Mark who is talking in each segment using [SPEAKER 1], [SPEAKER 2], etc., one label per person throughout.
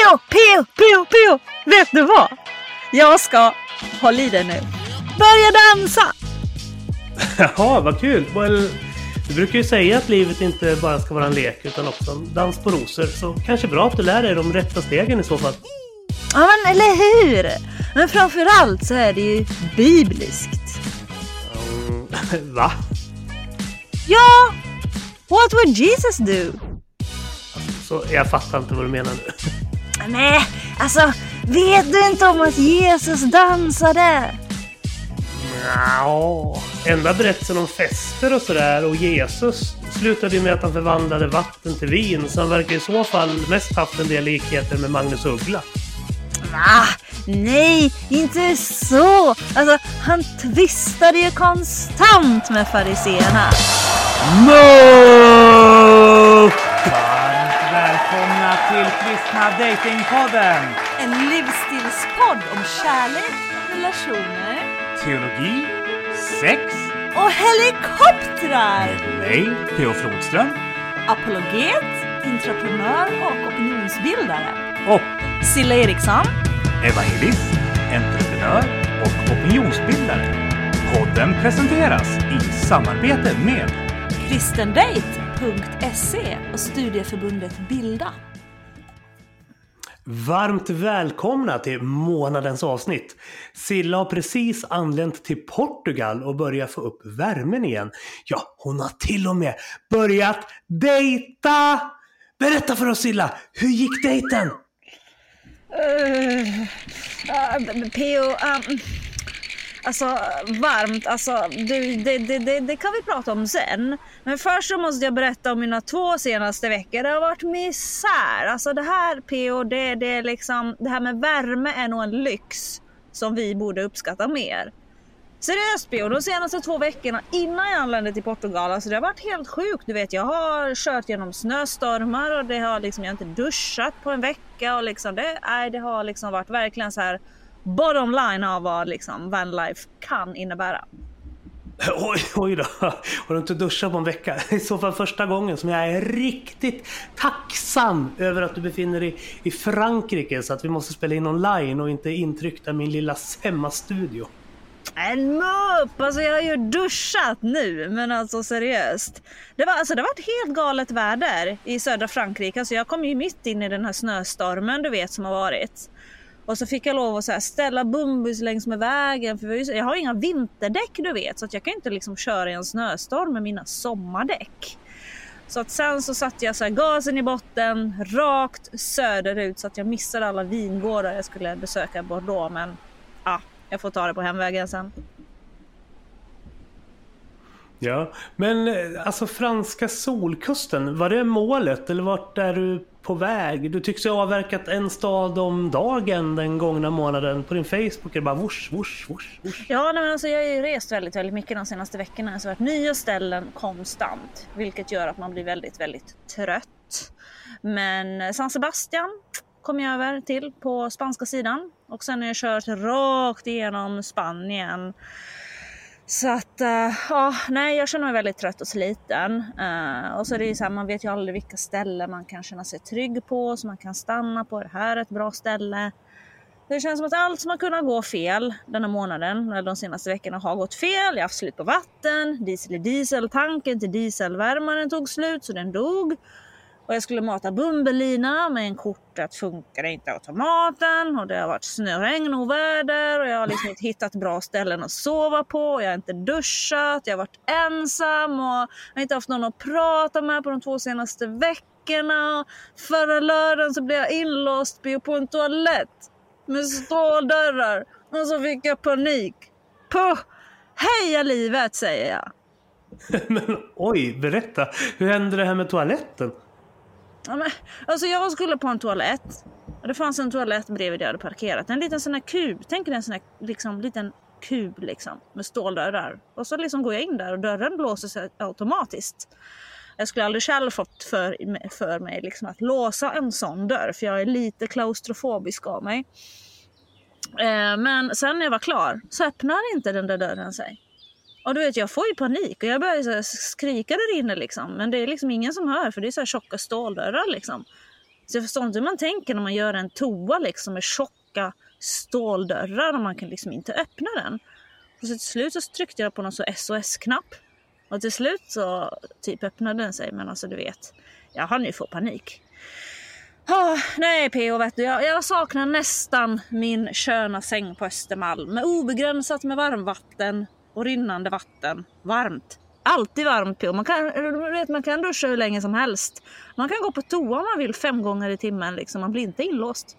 [SPEAKER 1] Pio! Vet du vad? Jag ska, håll i dig nu, börja dansa!
[SPEAKER 2] Jaha, vad kul! Du brukar ju säga att livet inte bara ska vara en lek utan också en dans på rosor. Så kanske bra att du lär dig de rätta stegen i så fall.
[SPEAKER 1] Ja, men eller hur? Men framförallt så är det ju bibliskt.
[SPEAKER 2] Va?
[SPEAKER 1] Ja! What would Jesus do?
[SPEAKER 2] Så jag fattar inte vad du menar nu.
[SPEAKER 1] Nej, alltså, vet du inte om att Jesus dansade?
[SPEAKER 2] Ja, enda berättelsen om fester och sådär och Jesus slutade ju med att han förvandlade vatten till vin, så han verkar i så fall mest haft en del likheter med Magnus Uggla.
[SPEAKER 1] Va? Nej, inte så. Alltså, han tvistade ju konstant med fariseerna.
[SPEAKER 3] Varmt välkomna till Kristna Datingpodden.
[SPEAKER 4] En livsstilspodd om kärlek, relationer,
[SPEAKER 3] Teologi, sex
[SPEAKER 4] och helikoptrar.
[SPEAKER 3] med mig, P.O. Flodström.
[SPEAKER 4] Apologet, entreprenör och opinionsbildare.
[SPEAKER 3] Och
[SPEAKER 4] Silla Eriksson.
[SPEAKER 3] evangelist, entreprenör och opinionsbildare. Podden presenteras i samarbete med
[SPEAKER 4] kristendate.se och studieförbundet Bilda.
[SPEAKER 2] Varmt välkomna till månadens avsnitt. Silla har precis anlänt till Portugal och börjat få upp värmen igen. Ja, hon har till och med börjat dejta! Berätta för oss, Silla, hur gick dejten?
[SPEAKER 1] P.O. Alltså, varmt, alltså, det kan vi prata om sen. Men först så måste jag berätta om mina 2 senaste veckor. Det har varit misär. Alltså det här, P.O., det är liksom, det här med värme är nog en lyx som vi borde uppskatta mer. Seriöst, P.O., de senaste 2 veckorna innan jag anlände till Portugal, alltså det har varit helt sjukt. Du vet, jag har kört genom snöstormar och det har liksom, jag har inte duschat på en vecka och liksom det har liksom varit verkligen så här bottom line av vad liksom vanlife kan innebära.
[SPEAKER 2] Oj då, har du inte duschat på en vecka? I så fall första gången som jag är riktigt tacksam över att du befinner dig i Frankrike så att vi måste spela in online och inte intryckta min lilla hemmastudio.
[SPEAKER 1] En mupp! Alltså jag har ju duschat nu, men alltså seriöst. Det var ett helt galet väder i södra Frankrike. Alltså jag kom ju mitt in i den här snöstormen, du vet, som har varit. Och så fick jag lov att så här ställa bumbus längs med vägen. För jag har inga vinterdäck, du vet. Så att jag kan inte liksom köra i en snöstorm med mina sommardäck. Så att sen så satte jag så här gasen i botten, rakt söderut. Så att jag missade alla vingårdar jag skulle besöka Bordeaux. Men jag får ta det på hemvägen sen.
[SPEAKER 2] Ja, men alltså franska solkusten, var det målet eller vart är du på väg? Du tycks ha avverkat en stad om dagen den gångna månaden. På din Facebook är det bara vush.
[SPEAKER 1] Ja, men alltså jag har ju rest väldigt, väldigt mycket de senaste veckorna. Så det har varit nya ställen konstant, vilket gör att man blir väldigt, väldigt trött. Men San Sebastian kom jag över till på spanska sidan. Och sen har jag kört rakt igenom Spanien. Så att, jag känner mig väldigt trött och sliten. Och så är det ju så här, man vet ju aldrig vilka ställen man kan känna sig trygg på. Så man kan stanna på, det här är ett bra ställe. Det känns som att allt som har kunnat gå fel denna månaden, eller de senaste veckorna, har gått fel. Jag har haft slut på vatten, dieseltanken till dieselvärmaren tog slut så den dog. Och jag skulle mata bumbelina, men kortet funkar inte automaten. Och det har varit snöregn och väder. Och jag har liksom inte hittat bra ställen att sova på. Och jag har inte duschat. Jag har varit ensam. Och jag har inte haft någon att prata med på de 2 senaste veckorna. Förra lördagen så blev jag inlåst på en toalett med ståldörrar. Och så fick jag panik. Heja livet, säger jag.
[SPEAKER 2] Men oj, berätta. Hur hände det här med toaletten?
[SPEAKER 1] Ja, men, alltså jag skulle på en toalett. Och det fanns en toalett bredvid där jag hade parkerat. En liten sån här kub. Tänk dig en sån här liksom, liten kub liksom, med ståldörrar. Och så liksom går jag in där och dörren blåser sig automatiskt. Jag skulle aldrig själv fått för mig liksom, att låsa en sån dörr. För jag är lite klaustrofobisk av mig. Men sen när jag var klar så öppnar inte den där dörren sig. Och du vet, jag får ju panik och jag börjar så skrika där inne liksom. Men det är liksom ingen som hör, för det är så här tjocka ståldörrar liksom. Så jag förstår inte hur man tänker när man gör en toa liksom med tjocka ståldörrar och man kan liksom inte öppna den. Och så till slut så tryckte jag på någon så SOS-knapp. Och till slut så typ öppnade den sig. Men alltså du vet, jag hann ju få panik. Nej P.O. vet du, jag saknar nästan min köna säng på Östermalm. Med obegränsat med varmvatten och rinnande vatten. Varmt. Alltid varmt P.O. Man kan duscha hur länge som helst. Man kan gå på toa om man vill 5 gånger i timmen. Liksom. Man blir inte inlåst.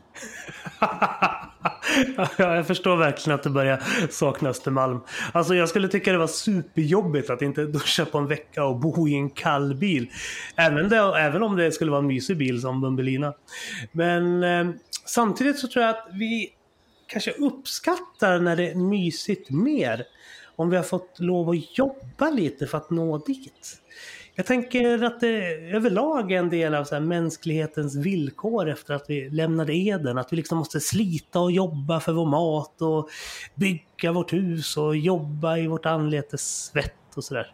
[SPEAKER 2] Ja, jag förstår verkligen att det börjar sakna Östermalm. Alltså jag skulle tycka det var superjobbigt att inte duscha på en vecka och bo i en kall bil. Även om det skulle vara en mysig bil som Bumbelina. Men samtidigt så tror jag att vi kanske uppskattar när det är mysigt mer. Om vi har fått lov att jobba lite för att nå dit. Jag tänker att det överlag är en del av så här mänsklighetens villkor efter att vi lämnade Eden. Att vi liksom måste slita och jobba för vår mat och bygga vårt hus och jobba i vårt anletes svett och sådär.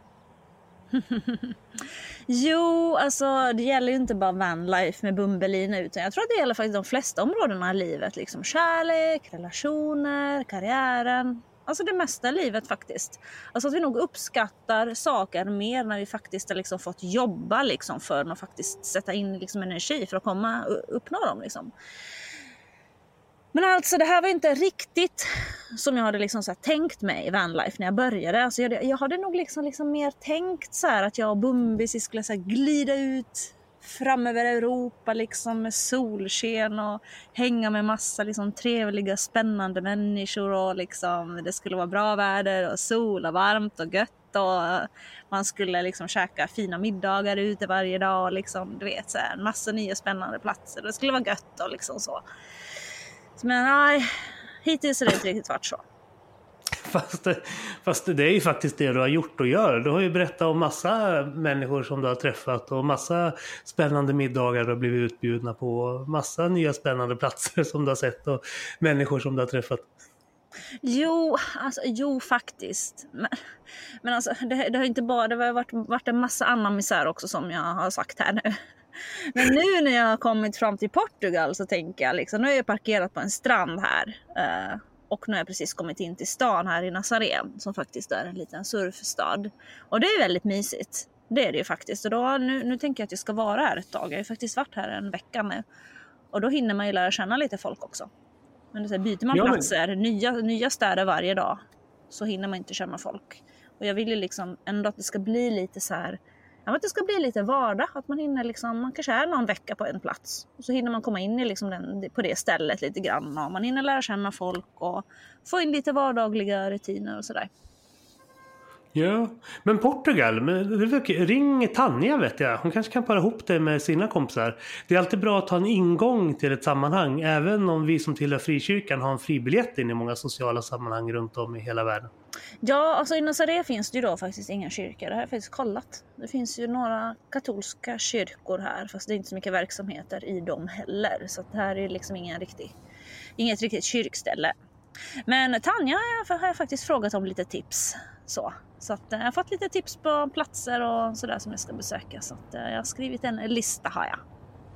[SPEAKER 1] Jo, alltså det gäller ju inte bara vanlife med Bumbelina utan jag tror att det gäller faktiskt de flesta områdena i livet. Liksom kärlek, relationer, karriären. Alltså det mesta i livet faktiskt. Alltså att vi nog uppskattar saker mer när vi faktiskt har liksom fått jobba liksom för att faktiskt sätta in liksom energi för att uppnå dem. Liksom. Men alltså det här var inte riktigt som jag hade liksom så här tänkt mig i vanlife när jag började. Alltså jag hade nog liksom mer tänkt så här att jag och Bumbis skulle så här glida ut fram över Europa liksom med solsken och hänga med massa liksom trevliga spännande människor och liksom det skulle vara bra väder och sol och varmt och gött och man skulle liksom käka fina middagar ute varje dag och liksom du vet så här massa nya spännande platser. Det skulle vara gött och liksom så. Men nej, hittills är det inte riktigt varit så.
[SPEAKER 2] Fast det är ju faktiskt det du har gjort och gör. Du har ju berättat om massa människor som du har träffat och massa spännande middagar du har blivit utbjudna på och massa nya spännande platser som du har sett och människor som du har träffat.
[SPEAKER 1] Jo faktiskt. Men alltså det har inte bara det har varit en massa annan misär också som jag har sagt här nu. Men nu när jag har kommit fram till Portugal så tänker jag liksom, nu är jag parkerat på en strand här. Och nu har jag precis kommit in till stan här i Nazaré som faktiskt är en liten surfstad. Och det är väldigt mysigt. Det är det ju faktiskt. Och då, nu tänker jag att jag ska vara här ett tag. Jag har ju faktiskt varit här en vecka nu. Och då hinner man ju lära känna lite folk också. Men så här, byter man platser, nya städer varje dag, så hinner man inte känna folk. Och jag vill ju liksom ändå att det ska bli lite så här... Ja, att det ska bli lite vardag, att man hinner liksom, man kanske är någon vecka på en plats och så hinner man komma in i liksom på det stället lite grann och man hinner lära känna folk och få in lite vardagliga rutiner och sådär.
[SPEAKER 2] Ja, men Portugal, ring Tanja vet jag. Hon kanske kan para ihop det med sina kompisar. Det är alltid bra att ha en ingång till ett sammanhang, även om vi som tillhör frikyrkan har en fribiljett in i många sociala sammanhang runt om i hela världen.
[SPEAKER 1] Ja, alltså i Nazaré finns det ju då faktiskt inga kyrkor. Det har jag faktiskt kollat. Det finns ju några katolska kyrkor här, fast det är inte så mycket verksamheter i dem heller. Så att det här är liksom inget riktigt kyrkställe. Men Tanja har jag faktiskt frågat om lite tips. Så att jag har fått lite tips på platser och sådär som jag ska besöka. Så att jag har skrivit en lista har jag.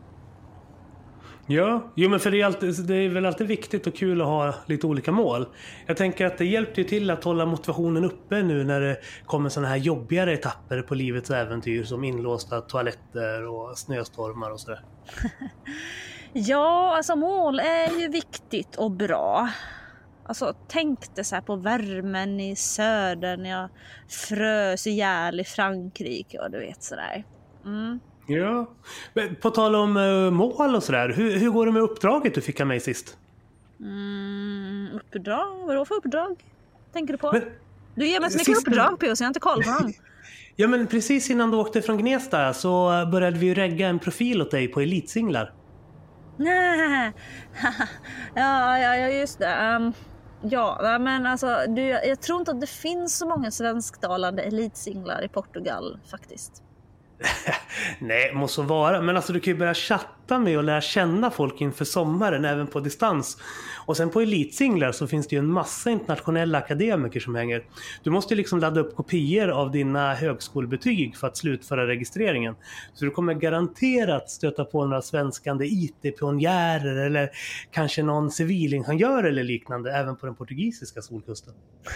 [SPEAKER 2] Ja, men för det är väl alltid viktigt och kul att ha lite olika mål. Jag tänker att det hjälper ju till att hålla motivationen uppe nu när det kommer såna här jobbigare etapper på livets äventyr som inlåsta toaletter och snöstormar och sådär.
[SPEAKER 1] Ja, alltså mål är ju viktigt och bra. Alltså tänkte så här på värmen i södern när jag frös ihjäl i Frankrike och du vet sådär. Mm.
[SPEAKER 2] Ja, men på tal om mål och sådär, hur går det med uppdraget du fick av mig sist?
[SPEAKER 1] Uppdrag? Vadå för uppdrag? Tänker du på?
[SPEAKER 2] Men,
[SPEAKER 1] du ger mig så mycket uppdrag på så jag har inte koll på dem.
[SPEAKER 2] Ja, men precis innan du åkte från Gnesta så började vi regga en profil åt dig på Elitsinglar.
[SPEAKER 1] Nej. Ja, just det. Ja, men alltså jag tror inte att det finns så många svensktalande elitsinglar i Portugal faktiskt.
[SPEAKER 2] Nej, måste så vara. Men alltså du kan ju börja chatta med och lära känna folk inför sommaren, även på distans. Och sen på elitsinglar så finns det ju en massa internationella akademiker som hänger. Du måste ju liksom ladda upp kopior av dina högskolebetyg för att slutföra registreringen. Så du kommer garanterat stöta på några svenskande IT-pionjärer eller kanske någon civilingenjör eller liknande även på den portugisiska solkusten.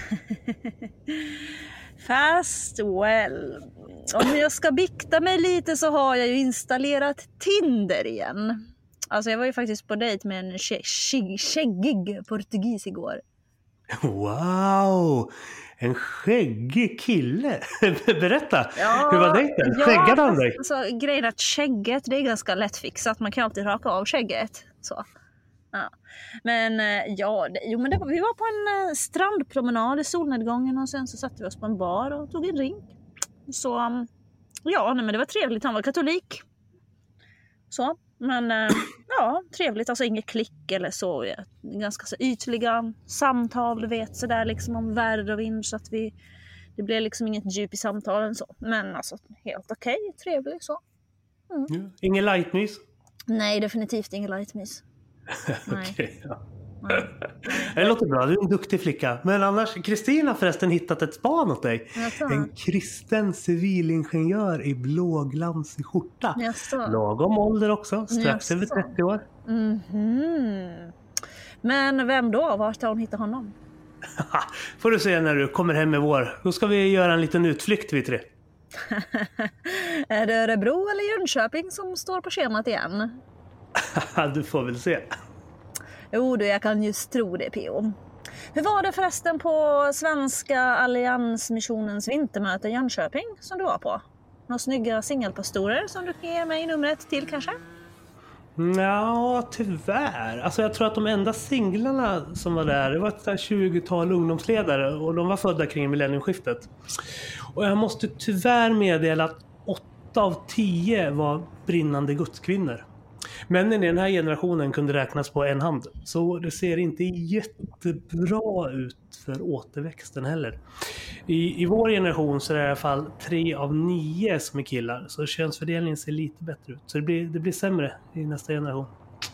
[SPEAKER 1] Fast well, om jag ska bikta mig lite så har jag ju installerat Tinder igen. Alltså jag var ju faktiskt på dejt med en skäggig portugis igår.
[SPEAKER 2] Wow! En skäggig kille! Berätta!
[SPEAKER 1] Ja,
[SPEAKER 2] hur var dejten? Skäggade han dig?
[SPEAKER 1] Alltså, grejen är att skägget, det är ganska lättfixat. Man kan alltid raka av skägget. Så. Ja. Men vi var på en strandpromenad i solnedgången och sen så satte vi oss på en bar och tog en drink. Så men det var trevligt. Han var katolik. Så, men trevligt. Alltså inget klick eller så. Ja. Ganska så ytliga samtal, du vet, så där liksom om väder och vind, så att det blev liksom inget djup i samtalen så. Men alltså helt okej, trevligt så.
[SPEAKER 2] Mm. Ja. Ingen lightmys?
[SPEAKER 1] Nej, definitivt ingen lightmys.
[SPEAKER 2] Okej, ja. Det låter bra, du är en duktig flicka. Men annars, Kristina förresten hittat ett span åt dig. En kristen civilingenjör i blåglansig skjorta. Lagom ålder också, strax över 30 år.
[SPEAKER 1] Mm-hmm. Men vem då? Vart har hon hittat honom?
[SPEAKER 2] Får du se när du kommer hem med vår. Då ska vi göra en liten utflykt, vi tre.
[SPEAKER 1] Är det Örebro eller Jönköping som står på schemat igen?
[SPEAKER 2] Du får väl se.
[SPEAKER 1] Jo du, jag kan just tro det, P.O. Hur var det förresten på Svenska Alliansmissionens vintermöte i Jönköping som du var på? Några snygga singelpastorer som du kan ge mig numret till kanske?
[SPEAKER 2] Ja, tyvärr. Alltså jag tror att de enda singlarna som var där, det var ett 20-tal ungdomsledare och de var födda kring millenniumskiftet. Och jag måste tyvärr meddela att 8 av 10 var brinnande gudskvinnor. Männen i den här generationen kunde räknas på en hand. Så det ser inte jättebra ut för återväxten heller. I vår generation så är det i alla fall 3 av 9 som är killar. Så könsfördelningen ser lite bättre ut. Så det blir sämre i nästa generation.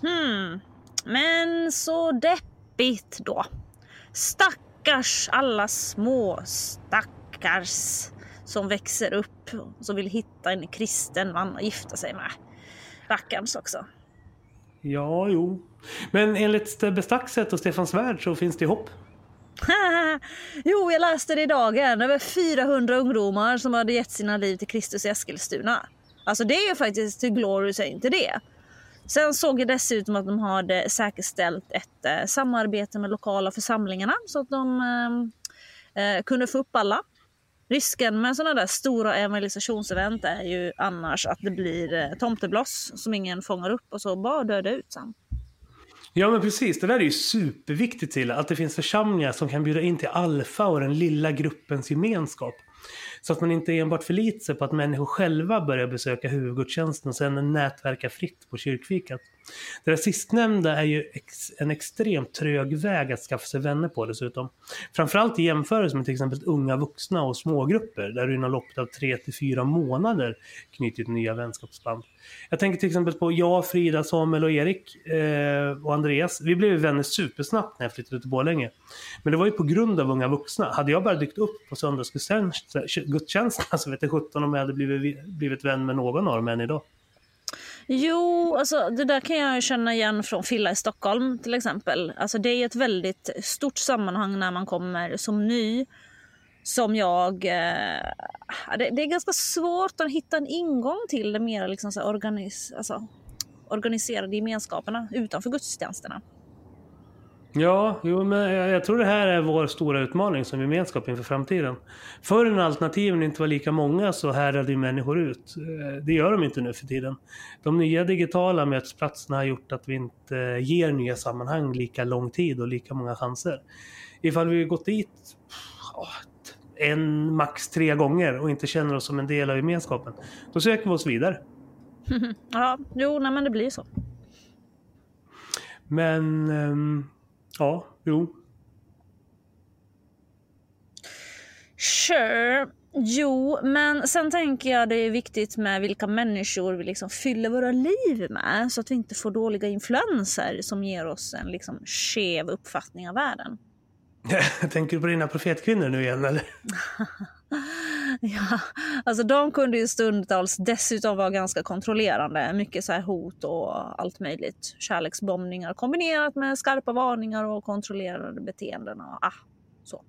[SPEAKER 1] Men så deppigt då. Stackars alla små stackars som växer upp och som vill hitta en kristen man att gifta sig med. Rackarns också.
[SPEAKER 2] Ja, jo. Men enligt Stebbe Staxet och Stefan Svärd så finns det hopp.
[SPEAKER 1] Jo, jag läste det i dagen. Över 400 ungdomar som hade gett sina liv till Kristus i Eskilstuna. Alltså det är ju faktiskt till glory, säg inte det. Sen såg jag dessutom att de hade säkerställt ett samarbete med lokala församlingarna så att de kunde få upp alla. Risken med sådana där stora evangelisationsevent är ju annars att det blir tomtebloss som ingen fångar upp och så bara döda ut sen.
[SPEAKER 2] Ja men precis, det där är ju superviktigt till att det finns församlingar som kan bjuda in till alfa och den lilla gruppens gemenskap. Så att man inte enbart förlitar sig på att människor själva börjar besöka huvudgudstjänsten och sen nätverka fritt på kyrkfikat. Det där sistnämnda är ju en extremt trög väg att skaffa sig vänner på dessutom. Framförallt i jämförelse med till exempel unga vuxna och smågrupper där du inom loppet av 3-4 månader knutit nya vänskapsband. Jag tänker till exempel på jag, Frida, Samuel och Erik och Andreas. Vi blev vänner supersnabbt när jag flyttade till Borlänge. Men det var ju på grund av unga vuxna. Hade jag bara dykt upp på söndagsgudstjänsterna så vet jag 17 om jag hade blivit vän med någon av dem än idag.
[SPEAKER 1] Jo, alltså det där kan jag känna igen från Filla i Stockholm till exempel. Alltså det är ett väldigt stort sammanhang när man kommer som ny. Som jag... det är ganska svårt att hitta en ingång till det mer liksom så organiserade gemenskaperna utanför gudstjänsterna.
[SPEAKER 2] Ja, men jag tror det här är vår stora utmaning som gemenskap inför framtiden. Förr när alternativen inte var lika många så härade ju människor ut. Det gör de inte nu för tiden. De nya digitala mötesplatserna har gjort att vi inte ger nya sammanhang lika lång tid och lika många chanser. Ifall vi gått dit max 3 gånger och inte känner oss som en del av gemenskapen, då söker vi oss vidare.
[SPEAKER 1] Ja, men det blir så.
[SPEAKER 2] Men... ja, jo.
[SPEAKER 1] Sure. Jo, men sen tänker jag det är viktigt med vilka människor vi liksom fyller våra liv med, så att vi inte får dåliga influenser som ger oss en liksom skev uppfattning av världen.
[SPEAKER 2] Tänker du på dina profetkvinnor nu igen, eller?
[SPEAKER 1] Ja, alltså de kunde ju stundtals dessutom vara ganska kontrollerande. Mycket så här hot och allt möjligt. Kärleksbombningar kombinerat med skarpa varningar och kontrollerade beteenden. Och, så.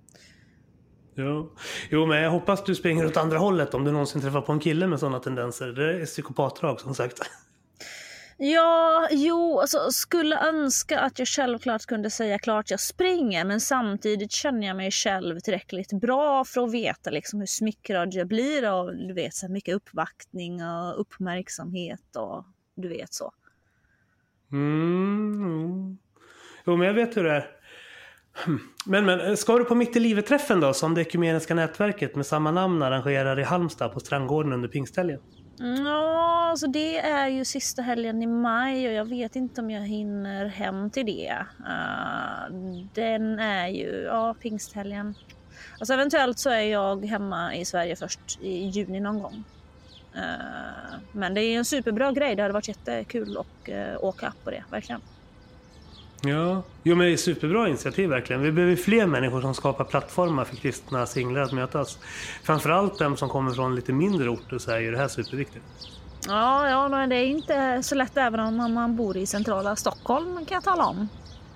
[SPEAKER 2] Jo, men jag hoppas du springer åt andra hållet om du någonsin träffar på en kille med sådana tendenser. Det är psykopatdrag som sagt.
[SPEAKER 1] Ja, alltså skulle önska att jag självklart kunde säga klart jag springer, men samtidigt känner jag mig själv tillräckligt bra för att veta liksom hur smickrad jag blir av, du vet, så mycket uppvaktning och uppmärksamhet och du vet så.
[SPEAKER 2] Jo, men jag vet hur det är. Men ska du på mitt i livet-träffen då, som det ekumeniska nätverket med samma namn arrangerar i Halmstad på Strandgården under pingsthelgen?
[SPEAKER 1] Ja, alltså det är ju sista helgen i maj och jag vet inte om jag hinner hem till det. Den är ju, pingsthelgen. Alltså eventuellt så är jag hemma i Sverige först i juni någon gång. Men det är en superbra grej, det hade varit jättekul att åka på det, verkligen.
[SPEAKER 2] Ja, men det är superbra initiativ verkligen. Vi behöver fler människor som skapar plattformar för kristna singlar att mötas. Framförallt de som kommer från lite mindre orter, så är ju det här superviktigt.
[SPEAKER 1] Ja, det är inte så lätt även om man bor i centrala Stockholm, kan jag tala om.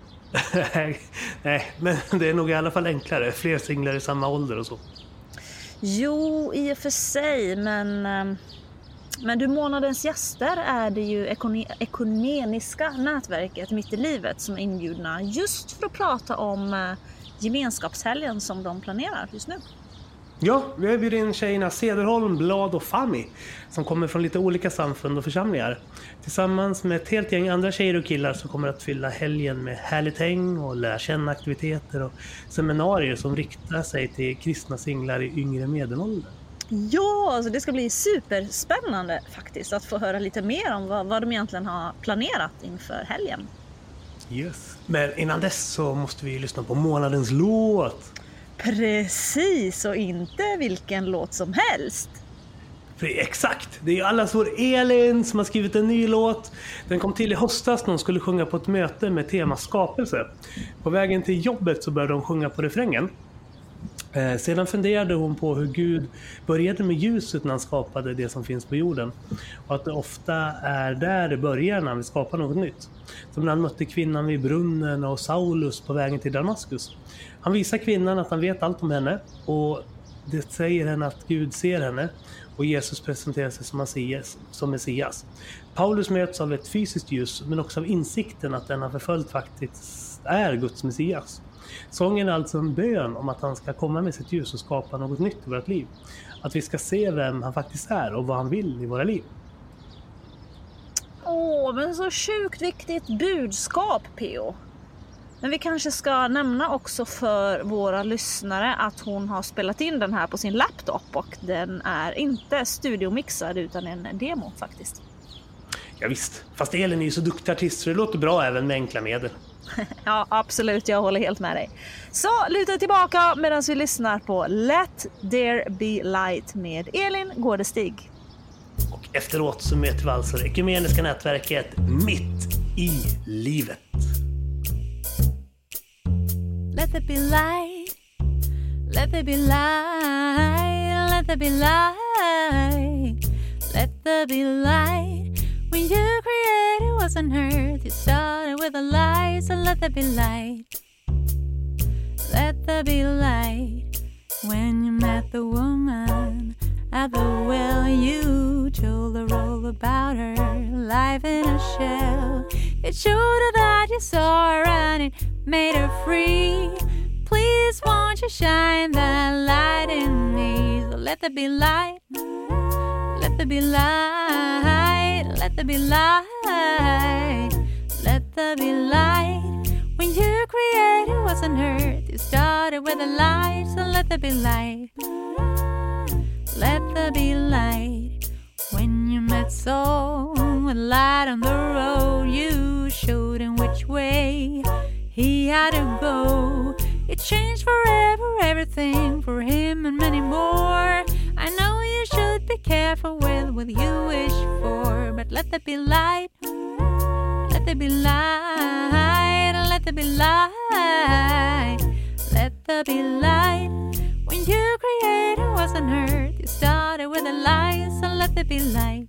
[SPEAKER 2] Nej, men det är nog i alla fall enklare. Fler singlar i samma ålder och så.
[SPEAKER 1] Jo, i och för sig, men du, månadens gäster är det ju ekumeniska nätverket Mitt i livet som är inbjudna just för att prata om gemenskapshelgen som de planerar just nu.
[SPEAKER 2] Ja, vi har bjudit in tjejerna Cederholm, Blad och Fami som kommer från lite olika samfund och församlingar. Tillsammans med ett helt gäng andra tjejer och killar som kommer att fylla helgen med härligt häng och lära känna aktiviteter och seminarier som riktar sig till kristna singlar i yngre medelålder.
[SPEAKER 1] Ja, alltså det ska bli superspännande faktiskt att få höra lite mer om vad de egentligen har planerat inför helgen.
[SPEAKER 2] Yes. Men innan dess så måste vi lyssna på månadens låt.
[SPEAKER 1] Precis, och inte vilken låt som helst.
[SPEAKER 2] Exakt, det är ju allas vår Elin som har skrivit en ny låt. Den kom till i höstas när hon skulle sjunga på ett möte med tema skapelse. På vägen till jobbet så började de sjunga på refrängen. Sedan funderade hon på hur Gud började med ljuset när han skapade det som finns på jorden. Och att det ofta är där det börjar när vi skapar något nytt. Som när han mötte kvinnan vid brunnen och Saulus på vägen till Damaskus. Han visar kvinnan att han vet allt om henne och det säger henne att Gud ser henne. Och Jesus presenterar sig som Messias. Paulus möts av ett fysiskt ljus men också av insikten att den har förföljt faktiskt är Guds Messias. Sången är alltså en bön om att han ska komma med sitt ljus och skapa något nytt i vårt liv. Att vi ska se vem han faktiskt är och vad han vill i våra liv.
[SPEAKER 1] Men så sjukt viktigt budskap, P.O. Men vi kanske ska nämna också för våra lyssnare att hon har spelat in den här på sin laptop och den är inte studiomixad utan en demo faktiskt.
[SPEAKER 2] Ja visst, fast Elin är ju så duktig artist så det låter bra även med enkla medel.
[SPEAKER 1] Ja, absolut, jag håller helt med dig. Så luta tillbaka medan vi lyssnar på Let There Be Light med Elin Gårdestig.
[SPEAKER 2] Och efteråt så möter vi alltså det ekumeniska nätverket Mitt i livet.
[SPEAKER 5] Let there be light, let there be light, let there be light, let there be light. When you created what's on earth, you started with a light, so let there be light. Let there be light. When you met the woman at the well, you told her all about her life in a shell. It showed her that you saw her and it made her free. Please won't you shine that light in me? So let there be light. Let there be light. Let there be light. Let there be light. When you created what's on earth, you started with a light. So let there be light. Let there be light. When you met Saul with light on the road, you showed him which way he had to go. It changed forever, everything for him and many more. should be careful with what you wish for. But let there be light, let there be light, let there be light, let there be light. When you created what's on earth, you started with the light, so let there be light,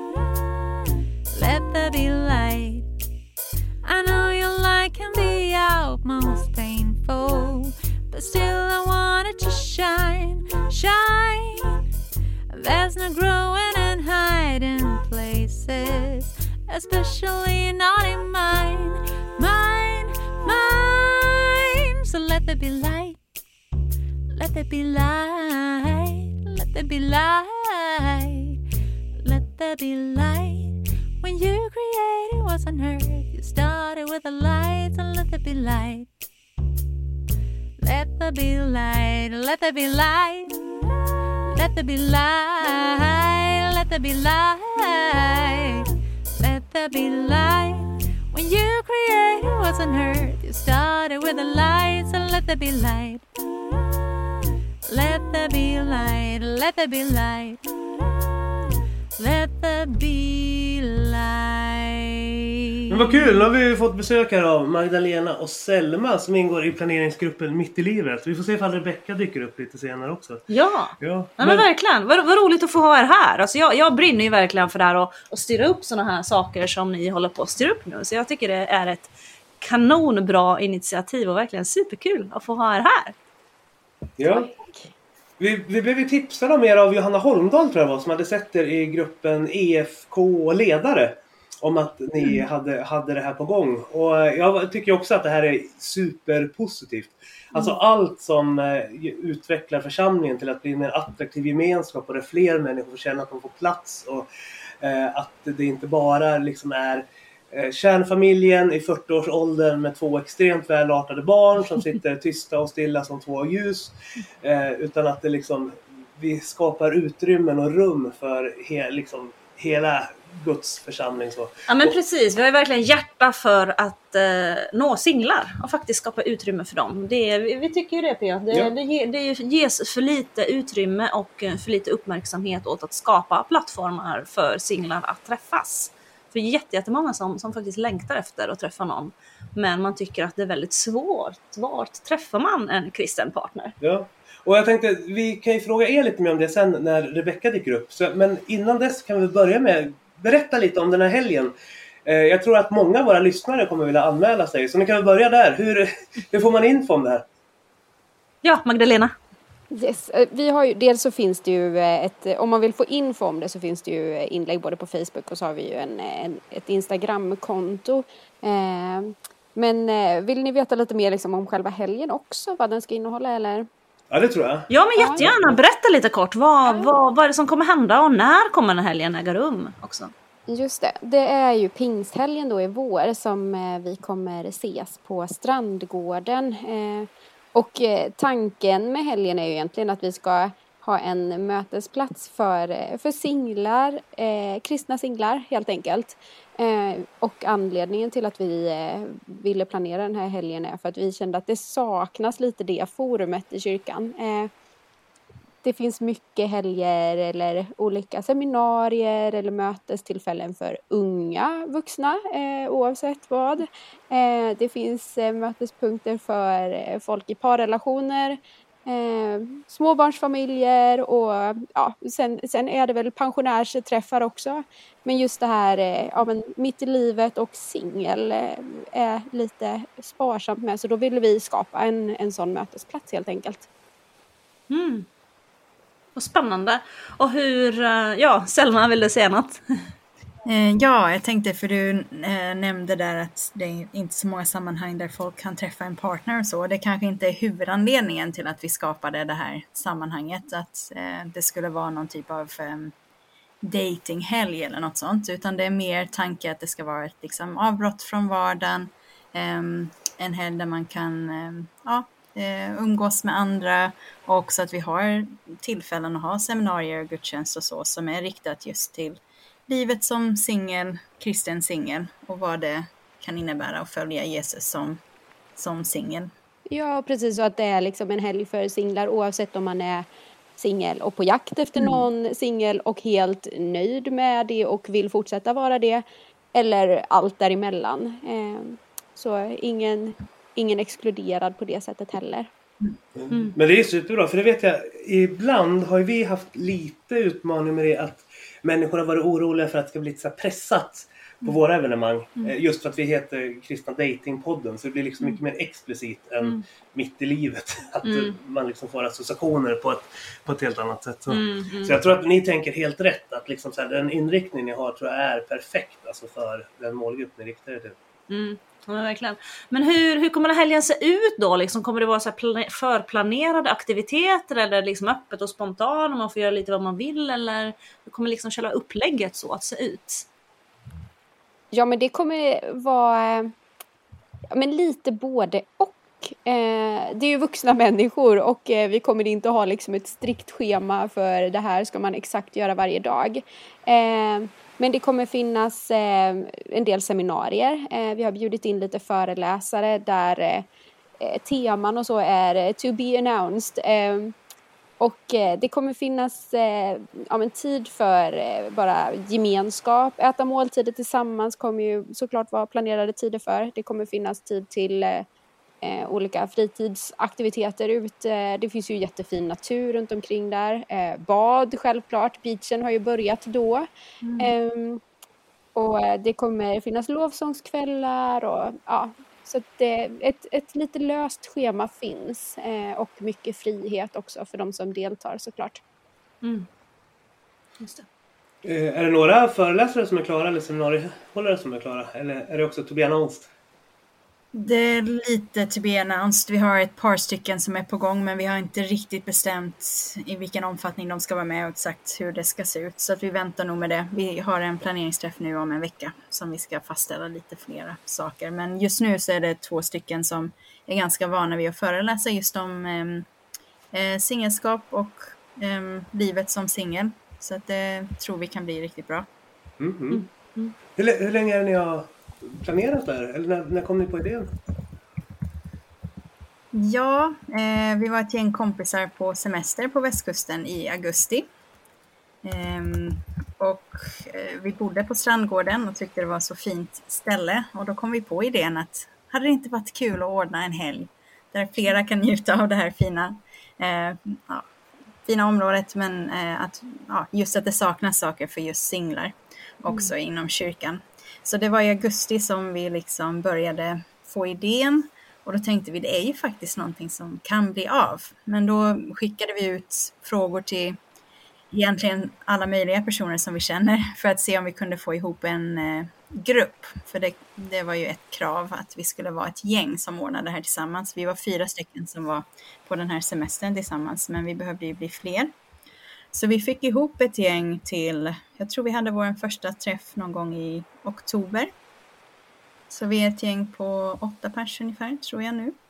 [SPEAKER 5] let there be light. I know your light can be almost painful, but still I want it to shine, shine. There's no growing and hiding places, especially not in mine, mine, mine. So let there be light, let there be light, let there be light, let there be light. When you created what's on earth, you started with the light, so let there be light. Let there be light, let there be light, let there be light, let there be light, let there be light. When you created what's on earth, you started with the light, so let there be light. Let there be light, let there be light, let there be light.
[SPEAKER 2] Men vad kul, nu har vi fått besök här av Magdalena och Selma som ingår i planeringsgruppen Mitt i livet. Vi får se ifall Rebecka dyker upp lite senare också.
[SPEAKER 1] Ja, men verkligen. Vad roligt att få ha er här. Alltså jag brinner ju verkligen för det här och styra upp såna här saker som ni håller på att styra upp nu. Så jag tycker det är ett kanonbra initiativ och verkligen superkul att få ha er här.
[SPEAKER 2] Ja. Vi blev ju tipsade om er av Johanna Holmdahl tror jag var, som hade sett er i gruppen EFK-ledare om att ni hade det här på gång. Och jag tycker också att det här är superpositivt. Alltså allt som utvecklar församlingen till att bli en mer attraktiv gemenskap och där fler människor känner att de får plats och att det inte bara liksom är kärnfamiljen i 40-årsåldern med 2 extremt välartade barn som sitter tysta och stilla som 2 ljus, utan att det liksom, vi skapar utrymmen och rum för hela Guds församling. Så. Ja
[SPEAKER 1] men precis, vi har ju verkligen hjärta för att nå singlar och faktiskt skapa utrymme för dem. Vi tycker ju det, Pia. Det ges för lite utrymme och för lite uppmärksamhet åt att skapa plattformar för singlar att träffas. För jättemånga som faktiskt längtar efter att träffa någon. Men man tycker att det är väldigt svårt. Vart träffar man en kristen partner?
[SPEAKER 2] Ja, och jag tänkte vi kan ju fråga er lite mer om det sen när Rebecka dyker upp. Men innan dess kan vi börja med berätta lite om den här helgen. Jag tror att många av våra lyssnare kommer vilja anmäla sig. Så ni kan väl börja där. Hur får man info om det här?
[SPEAKER 1] Ja, Magdalena.
[SPEAKER 6] Yes. Vi har ju, dels så finns det ju om man vill få info om det så finns det ju inlägg både på Facebook och så har vi ju ett Instagram-konto. Men vill ni veta lite mer liksom om själva helgen också, vad den ska innehålla eller?
[SPEAKER 2] Ja, det tror jag.
[SPEAKER 1] Ja, men jättegärna. Berätta lite kort. Vad är det som kommer hända och när kommer den helgen äga rum också?
[SPEAKER 6] Just det. Det är ju pingsthelgen då i vår som vi kommer ses på Strandgården. Och tanken med helgen är ju egentligen att vi ska ha en mötesplats för singlar, kristna singlar helt enkelt. Och anledningen till att vi ville planera den här helgen är för att vi kände att det saknas lite det forumet i kyrkan. Det finns mycket helger eller olika seminarier eller mötestillfällen för unga vuxna oavsett vad. Det finns mötespunkter för folk i parrelationer, småbarnsfamiljer och ja, sen är det väl pensionärsträffar också. Men just det här men mitt i livet och singel är lite sparsamt med, så då ville vi skapa en sån mötesplats helt enkelt.
[SPEAKER 1] Mm. Vad spännande. Och hur, Selma, vill du säga något?
[SPEAKER 7] Ja, jag tänkte för du nämnde där att det är inte så många sammanhang där folk kan träffa en partner och så. Det kanske inte är huvudanledningen till att vi skapade det här sammanhanget. Att det skulle vara någon typ av datinghelg eller något sånt. Utan det är mer tanke att det ska vara ett liksom, avbrott från vardagen. En helg där man kan umgås med andra. Och också att vi har tillfällen att ha seminarier och gudstjänst och så som är riktat just till livet som singel, kristen singel och vad det kan innebära att följa Jesus som singel.
[SPEAKER 6] Ja, precis, så att det är liksom en helg för singlar oavsett om man är singel och på jakt efter någon singel och helt nöjd med det och vill fortsätta vara det. Eller allt däremellan. Så ingen exkluderad på det sättet heller.
[SPEAKER 2] Men det är superbra, för det vet jag, ibland har vi haft lite utmaning med det att människor har varit oroliga för att det ska bli lite så här pressat på våra evenemang. Just för att vi heter Kristna Datingpodden, så det blir liksom mycket mer explicit än mitt i livet. Att man liksom får associationer på ett helt annat sätt. Så jag tror att ni tänker helt rätt, att liksom så här, den inriktning ni har tror jag är perfekt alltså för den målgrupp ni riktar er till.
[SPEAKER 1] Ja, verkligen. Men hur kommer den helgen se ut då? Liksom, kommer det vara så här förplanerade aktiviteter eller liksom öppet och spontant och man får göra lite vad man vill, eller hur kommer liksom själva upplägget så att se ut?
[SPEAKER 6] Ja, men det kommer vara lite både och. Det är ju vuxna människor och vi kommer inte ha liksom ett strikt schema för det här ska man exakt göra varje dag. Men det kommer finnas en del seminarier. Vi har bjudit in lite föreläsare där teman och så är to be announced. Och det kommer finnas tid för bara gemenskap. Äta måltider tillsammans kommer ju såklart vara planerade tider för. Det kommer finnas tid till olika fritidsaktiviteter ute. Det finns ju jättefin natur runt omkring där. Bad självklart. Beachen har ju börjat då. Och det kommer finnas lovsångskvällar och så att ett lite löst schema finns och mycket frihet också för de som deltar såklart.
[SPEAKER 1] Just det.
[SPEAKER 2] Är det några föreläsare som är klara eller seminariehållare som är klara? Eller är det också to be announced?
[SPEAKER 7] Det är lite to be announced. Vi har ett par stycken som är på gång, men vi har inte riktigt bestämt i vilken omfattning de ska vara med och exakt hur det ska se ut. Så att vi väntar nog med det. Vi har en planeringsträff nu om en vecka som vi ska fastställa lite flera saker. Men just nu så är det 2 stycken som är ganska vana vid att föreläsa just om singelskap och livet som singel. Så att det tror vi kan bli riktigt bra.
[SPEAKER 2] Hur länge är ni har planerat där? Eller när kom ni på idén?
[SPEAKER 7] Ja, vi var ett gäng kompisar på semester på västkusten i augusti. Och vi bodde på Strandgården och tyckte det var så fint ställe. Och då kom vi på idén att hade det inte varit kul att ordna en helg där flera kan njuta av det här fina området, men just att det saknas saker för just singlar också inom kyrkan. Så det var i augusti som vi liksom började få idén, och då tänkte vi det är ju faktiskt någonting som kan bli av. Men då skickade vi ut frågor till egentligen alla möjliga personer som vi känner för att se om vi kunde få ihop en grupp. För det var ju ett krav att vi skulle vara ett gäng som ordnade det här tillsammans. Vi var 4 stycken som var på den här semestern tillsammans, men vi behövde ju bli fler. Så vi fick ihop ett gäng till, jag tror vi hade vår första träff någon gång i oktober. Så vi är ett gäng på 8 personer ungefär, tror jag nu.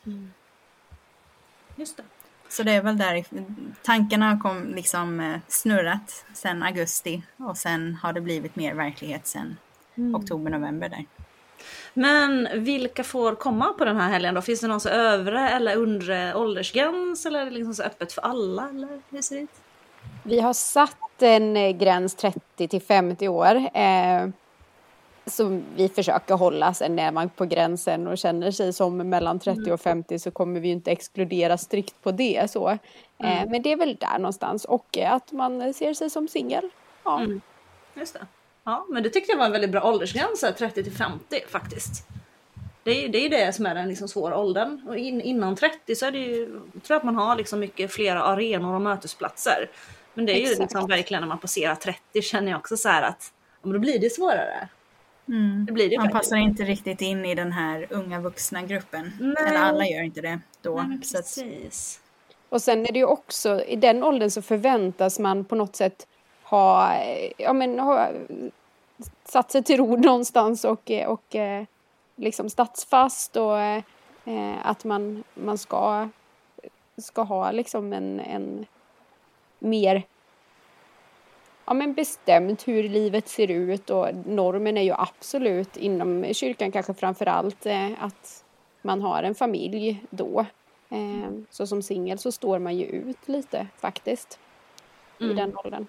[SPEAKER 1] Just det.
[SPEAKER 7] Så det är väl där tankarna kom liksom snurrat sen augusti, och sen har det blivit mer verklighet sen oktober, november där.
[SPEAKER 1] Men vilka får komma på den här helgen då? Finns det någon så övre eller undre åldersgräns, eller är det liksom så öppet för alla, eller hur ser det ut?
[SPEAKER 6] Vi har satt en gräns 30 till 50 år som vi försöker hålla. Sen är man på gränsen och känner sig som mellan 30 och 50 så kommer vi inte exkludera strikt på det. Så. Men det är väl där någonstans. Och att man ser sig som singel. Ja.
[SPEAKER 1] Just det. Ja, men det tyckte jag var en väldigt bra åldersgräns, 30 till 50 faktiskt. Det är ju det som är den liksom svåra åldern. Och innan 30 så är det ju, jag tror att man har liksom mycket flera arenor och mötesplatser. Men det är ju liksom verkligen när man passerar 30 känner jag också så här att då blir det svårare. Det blir det
[SPEAKER 7] man
[SPEAKER 1] faktiskt.
[SPEAKER 7] Passar inte riktigt in i den här unga vuxna gruppen.
[SPEAKER 1] Nej.
[SPEAKER 7] Eller alla gör inte det då.
[SPEAKER 1] Nej,
[SPEAKER 7] så
[SPEAKER 1] precis.
[SPEAKER 6] Och sen är det ju också, i den åldern så förväntas man på något sätt ha satt sig till ro någonstans och liksom stadsfast, och att man ska ha liksom en mer bestämt hur livet ser ut, och normen är ju absolut inom kyrkan kanske framförallt att man har en familj då. Så som singel så står man ju ut lite faktiskt i den åldern.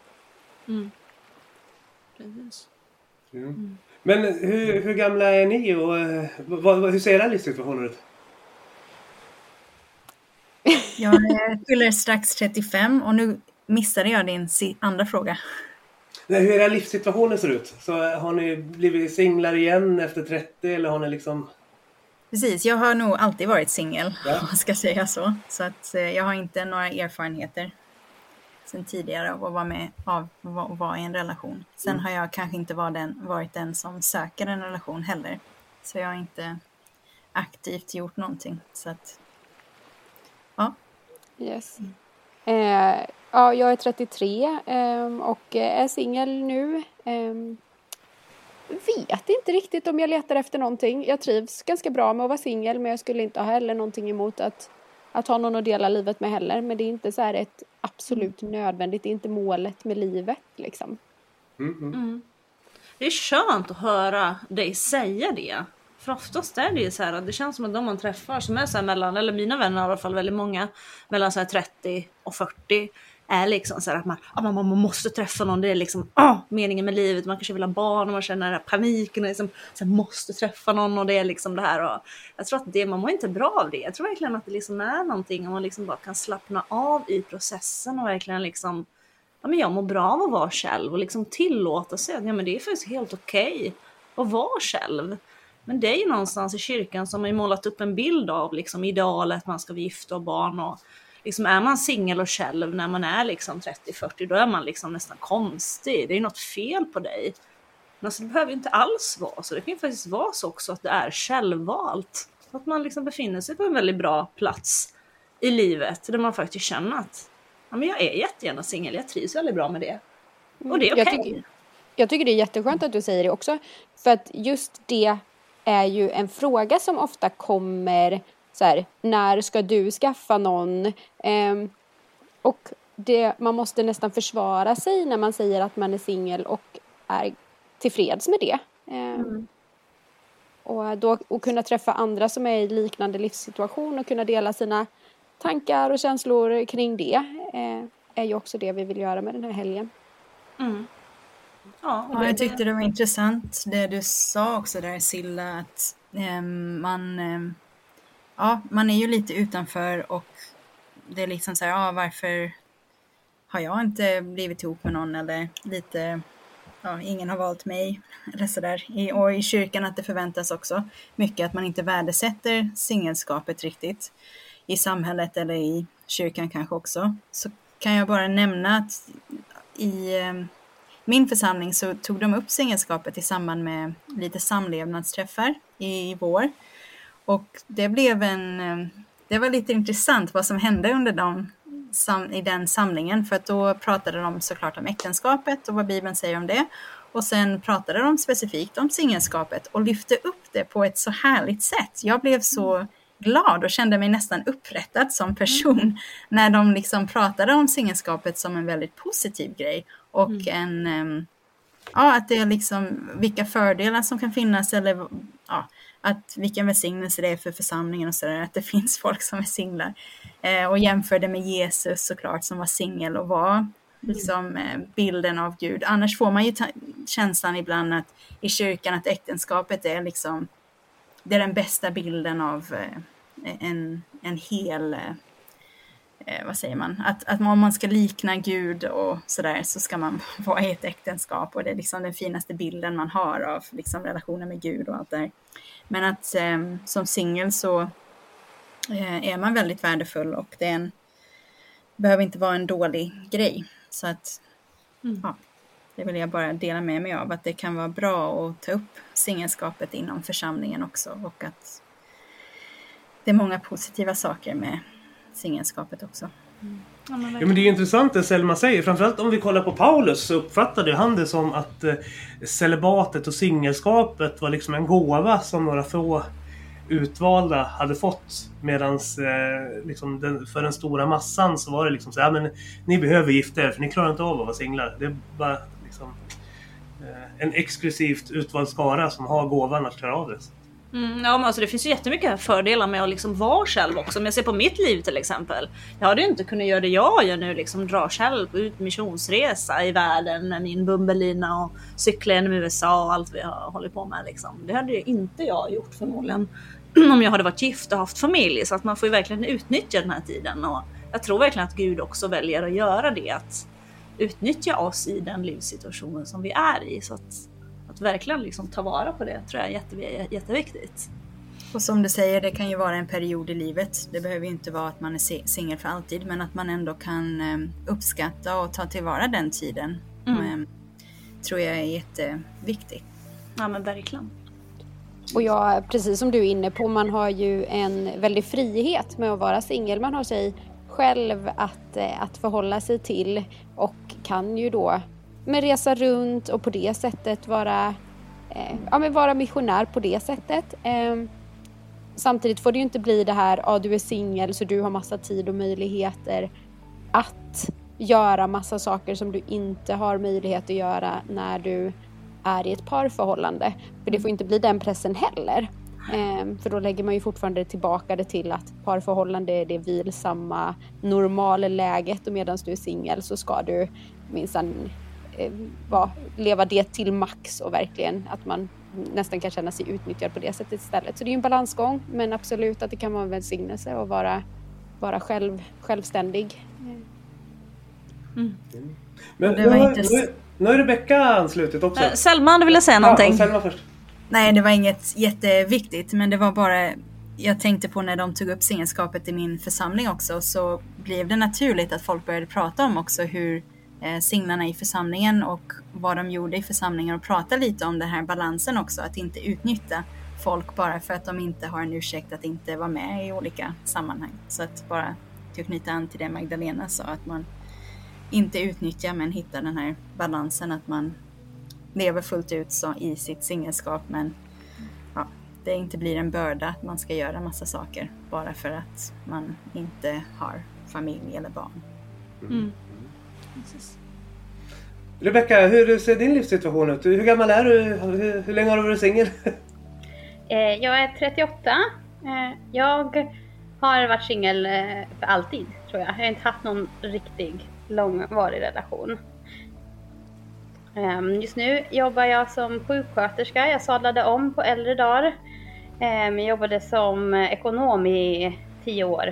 [SPEAKER 1] Precis.
[SPEAKER 2] Men hur gamla är ni och hur ser era livssituationer ut?
[SPEAKER 7] Jag fyller strax 35 och nu missade jag din andra fråga.
[SPEAKER 2] Nej, hur era livssituationer ser ut? Så har ni blivit singlar igen efter 30 eller har ni liksom...
[SPEAKER 7] Precis, jag har nog alltid varit singel, om man ska säga så. Så att jag har inte några erfarenheter sen tidigare av att vara i en relation. Sen har jag kanske inte varit den som söker en relation heller. Så jag har inte aktivt gjort någonting. Så att, ja.
[SPEAKER 6] Yes. Jag är 33 och är singel nu. Vet inte riktigt om jag letar efter någonting. Jag trivs ganska bra med att vara singel, men jag skulle inte ha heller någonting emot att ha någon att dela livet med heller. Men det är inte så här ett absolut nödvändigt. Det är inte målet med livet liksom.
[SPEAKER 1] Det är skönt att höra dig säga det. För oftast är det ju så här att det känns som att de man träffar som är så här mellan, eller mina vänner i alla fall väldigt många, mellan så här 30 och 40 är liksom så här att man måste träffa någon. Det är liksom meningen med livet. Man kanske vill ha barn och man känner den här paniken och liksom, så här, måste träffa någon och det är liksom det här. Och jag tror att man mår inte bra av det. Jag tror verkligen att det liksom är någonting om man liksom bara kan slappna av i processen och verkligen liksom, jag mår bra av att vara själv och liksom tillåta sig att men det är faktiskt helt okej att vara själv. Men det är ju någonstans i kyrkan som man målat upp en bild av liksom idealet, man ska vara gift och barn och liksom är man singel och själv när man är liksom 30-40, då är man liksom nästan konstig. Det är något fel på dig. Men alltså, det behöver inte alls vara så. Det kan ju faktiskt vara så också att det är självvalt. Att man liksom befinner sig på en väldigt bra plats i livet där man faktiskt känner att men jag är jättegärna singel, jag trivs väldigt bra med det. Och det är okej.
[SPEAKER 6] Jag tycker det är jätteskönt att du säger det också. För att just det är ju en fråga som ofta kommer så här, när ska du skaffa någon? Och man måste nästan försvara sig när man säger att man är singel och är tillfreds med det. Och kunna träffa andra som är i liknande livssituation och kunna dela sina tankar och känslor kring det är ju också det vi vill göra med den här helgen.
[SPEAKER 7] Ja, jag tyckte det var intressant det du sa också där, Silla, att man är ju lite utanför och det är liksom så här, varför har jag inte blivit ihop med någon eller lite, ingen har valt mig eller sådär. Och i kyrkan att det förväntas också mycket att man inte värdesätter singelskapet riktigt i samhället eller i kyrkan kanske också. Så kan jag bara nämna att i min församling så tog de upp singelskapet i samband med lite samlevnadsträffar i vår. Och det var lite intressant vad som hände under i den samlingen. För att då pratade de såklart om äktenskapet och vad Bibeln säger om det. Och sen pratade de specifikt om singelskapet och lyfte upp det på ett så härligt sätt. Jag blev så glad och kände mig nästan upprättad som person när de liksom pratade om singelskapet som en väldigt positiv grej. Och att det är liksom vilka fördelar som kan finnas eller att vilken välsignelse det är för församlingen och sådär, att det finns folk som är singlar. Och jämförde med Jesus såklart som var singel och var liksom bilden av Gud. Annars får man ju känslan ibland att i kyrkan att äktenskapet är liksom, det är den bästa bilden av en hel, vad säger man, att om man ska likna Gud och sådär så ska man vara i ett äktenskap och det är liksom den finaste bilden man har av liksom relationen med Gud och allt där. Men att som singel så är man väldigt värdefull och det behöver inte vara en dålig grej. Så att det vill jag bara dela med mig av, att det kan vara bra att ta upp singelskapet inom församlingen också och att det är många positiva saker med singelskapet också.
[SPEAKER 2] Ja, men det är intressant det Selma säger. Framförallt om vi kollar på Paulus så uppfattade han det som att celibatet och singelskapet var liksom en gåva som några få utvalda hade fått. Medan liksom för den stora massan så var det liksom så här, men ni behöver gifta er för ni klarar inte av att vara singlar. Det är bara liksom en exklusivt utvald skara som har gåvan att klara av det.
[SPEAKER 1] Ja, men alltså det finns ju jättemycket fördelar med att liksom vara själv också. Om jag ser på mitt liv till exempel. Jag hade ju inte kunnat göra det jag gör nu, liksom dra själv ut missionsresa i världen med min bumbelina och cykla genom USA och allt vi har hållit på med liksom. Det hade ju inte jag gjort förmodligen om jag hade varit gift och haft familj. Så att man får ju verkligen utnyttja den här tiden, och jag tror verkligen att Gud också väljer att göra det, att utnyttja oss i den livssituationen som vi är i. Så att verkligen liksom ta vara på det tror jag är jätteviktigt.
[SPEAKER 7] Och som du säger, det kan ju vara en period i livet. Det behöver ju inte vara att man är singel för alltid, men att man ändå kan uppskatta och ta tillvara den tiden. Tror jag är jätteviktigt.
[SPEAKER 1] Ja, men verkligen.
[SPEAKER 6] Och ja, precis som du är inne på, man har ju en väldig frihet med att vara singel. Man har sig själv att förhålla sig till och kan ju då med resa runt och på det sättet vara missionär på det sättet. Samtidigt får det ju inte bli det här, du är singel så du har massa tid och möjligheter att göra massa saker som du inte har möjlighet att göra när du är i ett parförhållande. För det får inte bli den pressen heller. För då lägger man ju fortfarande tillbaka det till att parförhållande är det vilsamma normala läget, och medan du är singel så ska du minsann leva det till max, och verkligen att man nästan kan känna sig utnyttjad på det sättet istället. Så det är ju en balansgång, men absolut att det kan vara en välsignelse att vara självständig.
[SPEAKER 2] Men nu är Rebecka anslutit också.
[SPEAKER 1] Selma, du ville säga någonting?
[SPEAKER 2] Ja, Selma först.
[SPEAKER 7] Nej, det var inget jätteviktigt, men det var bara, jag tänkte på när de tog upp singelskapet i min församling också, så blev det naturligt att folk började prata om också hur singlarna i församlingen och vad de gjorde i församlingen, och prata lite om den här balansen också, att inte utnyttja folk bara för att de inte har en ursäkt att inte vara med i olika sammanhang. Så att bara knyta an till det Magdalena sa, att man inte utnyttjar men hittar den här balansen, att man lever fullt ut så i sitt singelskap, men det inte blir en börda att man ska göra massa saker bara för att man inte har familj eller barn.
[SPEAKER 2] Rebecka, hur ser din livssituation ut? Hur gammal är du? Hur länge har du varit singel?
[SPEAKER 8] Jag är 38. Jag har varit singel för alltid, tror jag. Jag har inte haft någon riktig långvarig relation. Just nu jobbar jag som sjuksköterska. Jag sadlade om på äldre dagar. Jag jobbade som ekonom i 10 år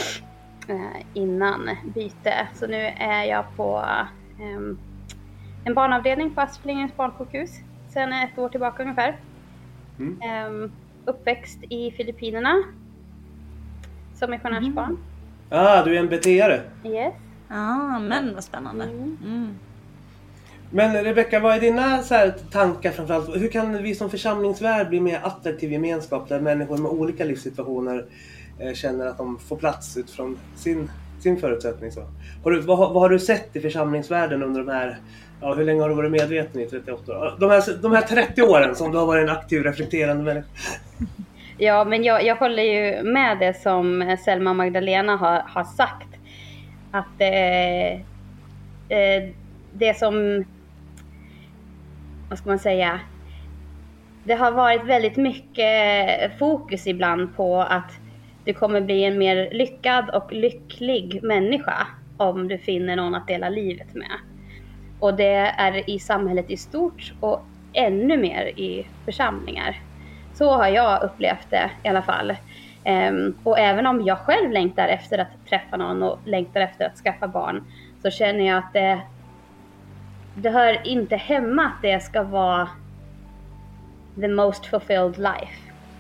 [SPEAKER 8] innan byte. Så nu är jag på en barnavdelning på Asplingens barnsjukhus sedan 1 år tillbaka ungefär. Uppväxt i Filippinerna som missionärsbarn.
[SPEAKER 2] Du är en BT-are.
[SPEAKER 8] Yes.
[SPEAKER 1] Men vad spännande.
[SPEAKER 2] Men Rebecka, vad är dina tankar framförallt? Hur kan vi som församlingsvärld bli mer attraktiv gemenskap där människor med olika livssituationer känner att de får plats utifrån sin förutsättning? Så. Vad har du sett i församlingsvärlden under de här, hur länge har du varit medveten i 38 år? De här 30 åren som du har varit en aktiv, reflekterande människa.
[SPEAKER 8] Ja, men jag håller ju med det som Selma och Magdalena har sagt. Att det som, vad ska man säga, det har varit väldigt mycket fokus ibland på att du kommer bli en mer lyckad och lycklig människa om du finner någon att dela livet med. Och det är i samhället i stort och ännu mer i församlingar. Så har jag upplevt det i alla fall. Och även om jag själv längtar efter att träffa någon och längtar efter att skaffa barn, så känner jag att det hör inte hemma att det ska vara the most fulfilled life.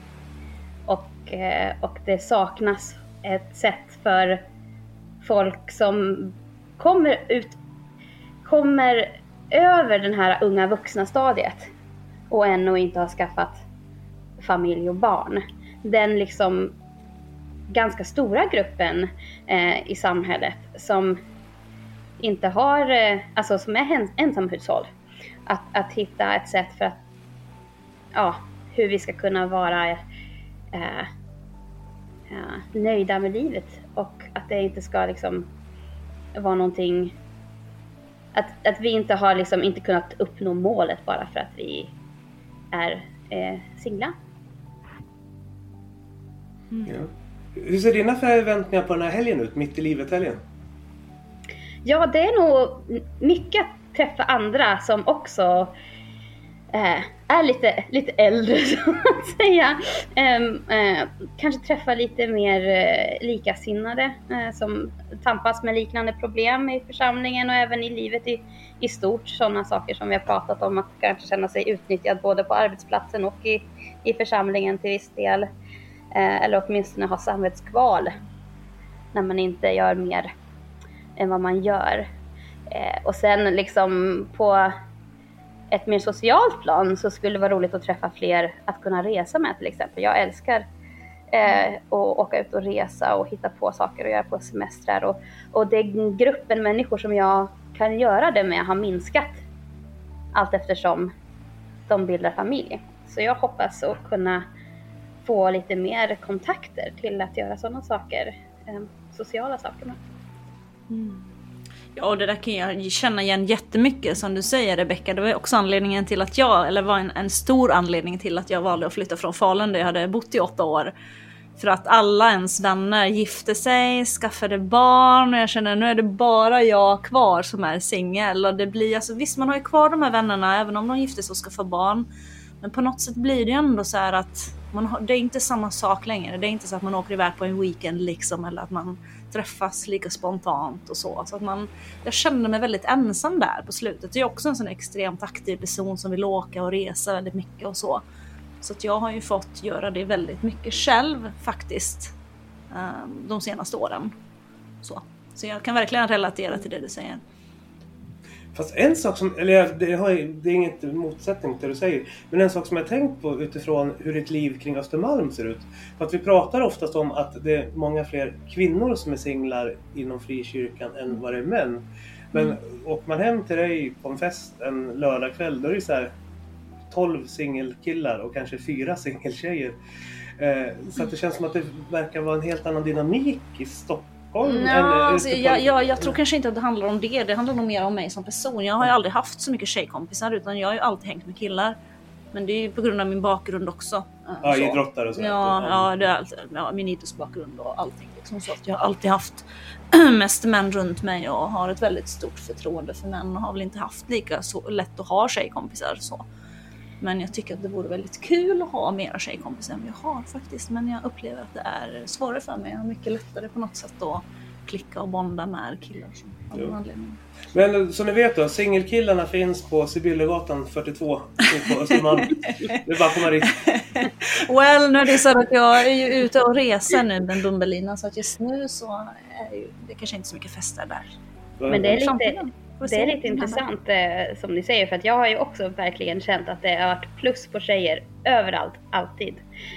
[SPEAKER 8] Och det saknas ett sätt för folk som kommer över den här unga vuxna stadiet och ännu inte har skaffat familj och barn. Den liksom ganska stora gruppen i samhället som inte har, alltså som är ensamhushåll, att hitta ett sätt för att hur vi ska kunna vara nöjda med livet, och att det inte ska liksom vara någonting, att vi inte har liksom inte kunnat uppnå målet bara för att vi är singla.
[SPEAKER 2] Ja. Hur ser dina förväntningar på den här helgen ut? Mitt i livet-helgen?
[SPEAKER 8] Ja, det är nog mycket att träffa andra som också är lite äldre, så att säga. Kanske träffa lite mer likasinnade som tampas med liknande problem i församlingen och även i livet i stort. Sådana saker som vi har pratat om, att kanske känna sig utnyttjad både på arbetsplatsen och i församlingen till viss del. Eller åtminstone ha samvetskval när man inte gör mer än vad man gör. Och sen liksom på ett mer socialt plan så skulle det vara roligt att träffa fler att kunna resa med till exempel. Jag älskar att åka ut och resa och hitta på saker och göra på semestrar. Och det gruppen människor som jag kan göra det med har minskat allt eftersom de bildar familj. Så jag hoppas att kunna få lite mer kontakter till att göra sådana saker, sociala saker med.
[SPEAKER 1] Ja, och det där kan jag känna igen jättemycket som du säger, Rebecka. Det var också anledningen till att en stor anledning till att jag valde att flytta från Falun där jag hade bott i 8 år. För att alla ens vänner gifte sig, skaffade barn och jag känner nu är det bara jag kvar som är singel. Och det blir, alltså, visst man har ju kvar de här vännerna även om de gifte sig och skaffar barn. Men på något sätt blir det ändå så här att det är inte samma sak längre. Det är inte så att man åker iväg på en weekend liksom, eller att man träffas lika spontant och så. Så att jag kände mig väldigt ensam där på slutet. Jag är också en sån extremt aktiv person som vill åka och resa väldigt mycket och så. Så att jag har ju fått göra det väldigt mycket själv faktiskt de senaste åren. Så jag kan verkligen relatera till det du säger.
[SPEAKER 2] Fast en sak som, eller det är inget motsättning till det du säger, men en sak som jag tänkt på utifrån hur ett liv kring Östermalm ser ut. För att vi pratar oftast om att det är många fler kvinnor som är singlar inom frikyrkan än vad det är män. Men åker man hem till dig på en fest en lördagkväll, då är det så här 12 singelkillar och kanske 4 singeltjejer. Så att det känns som att det verkar vara en helt annan dynamik i Stockholm.
[SPEAKER 1] Jag tror kanske inte att det handlar om det. Det handlar nog mer om mig som person. Jag har ju aldrig haft så mycket tjejkompisar utan jag har ju alltid hängt med killar. Men det är ju på grund av min bakgrund också.
[SPEAKER 2] Ja, idrottare och så.
[SPEAKER 1] Ja, det är alltid, min idrottsbakgrund och allting. Liksom, så att jag har alltid haft mest män runt mig och har ett väldigt stort förtroende för män och har väl inte haft lika så lätt att ha tjejkompisar så. Men jag tycker att det vore väldigt kul att ha mera tjejkompisar än jag har faktiskt. Men jag upplever att det är svårare för mig. Jag har mycket lättare på något sätt att klicka och bonda med killar som av någon anledning.
[SPEAKER 2] Men som ni vet då, singelkillarna finns på Sibyllegatan 42 på Östermalm. Det är bara att komma dit.
[SPEAKER 1] Well, nu är det så att jag är ju ute och reser nu med Bumbelina så att just nu så är det kanske inte så mycket fester där.
[SPEAKER 8] Men det är lite intressant som ni säger, för att jag har ju också verkligen känt att det har varit plus på tjejer överallt, alltid.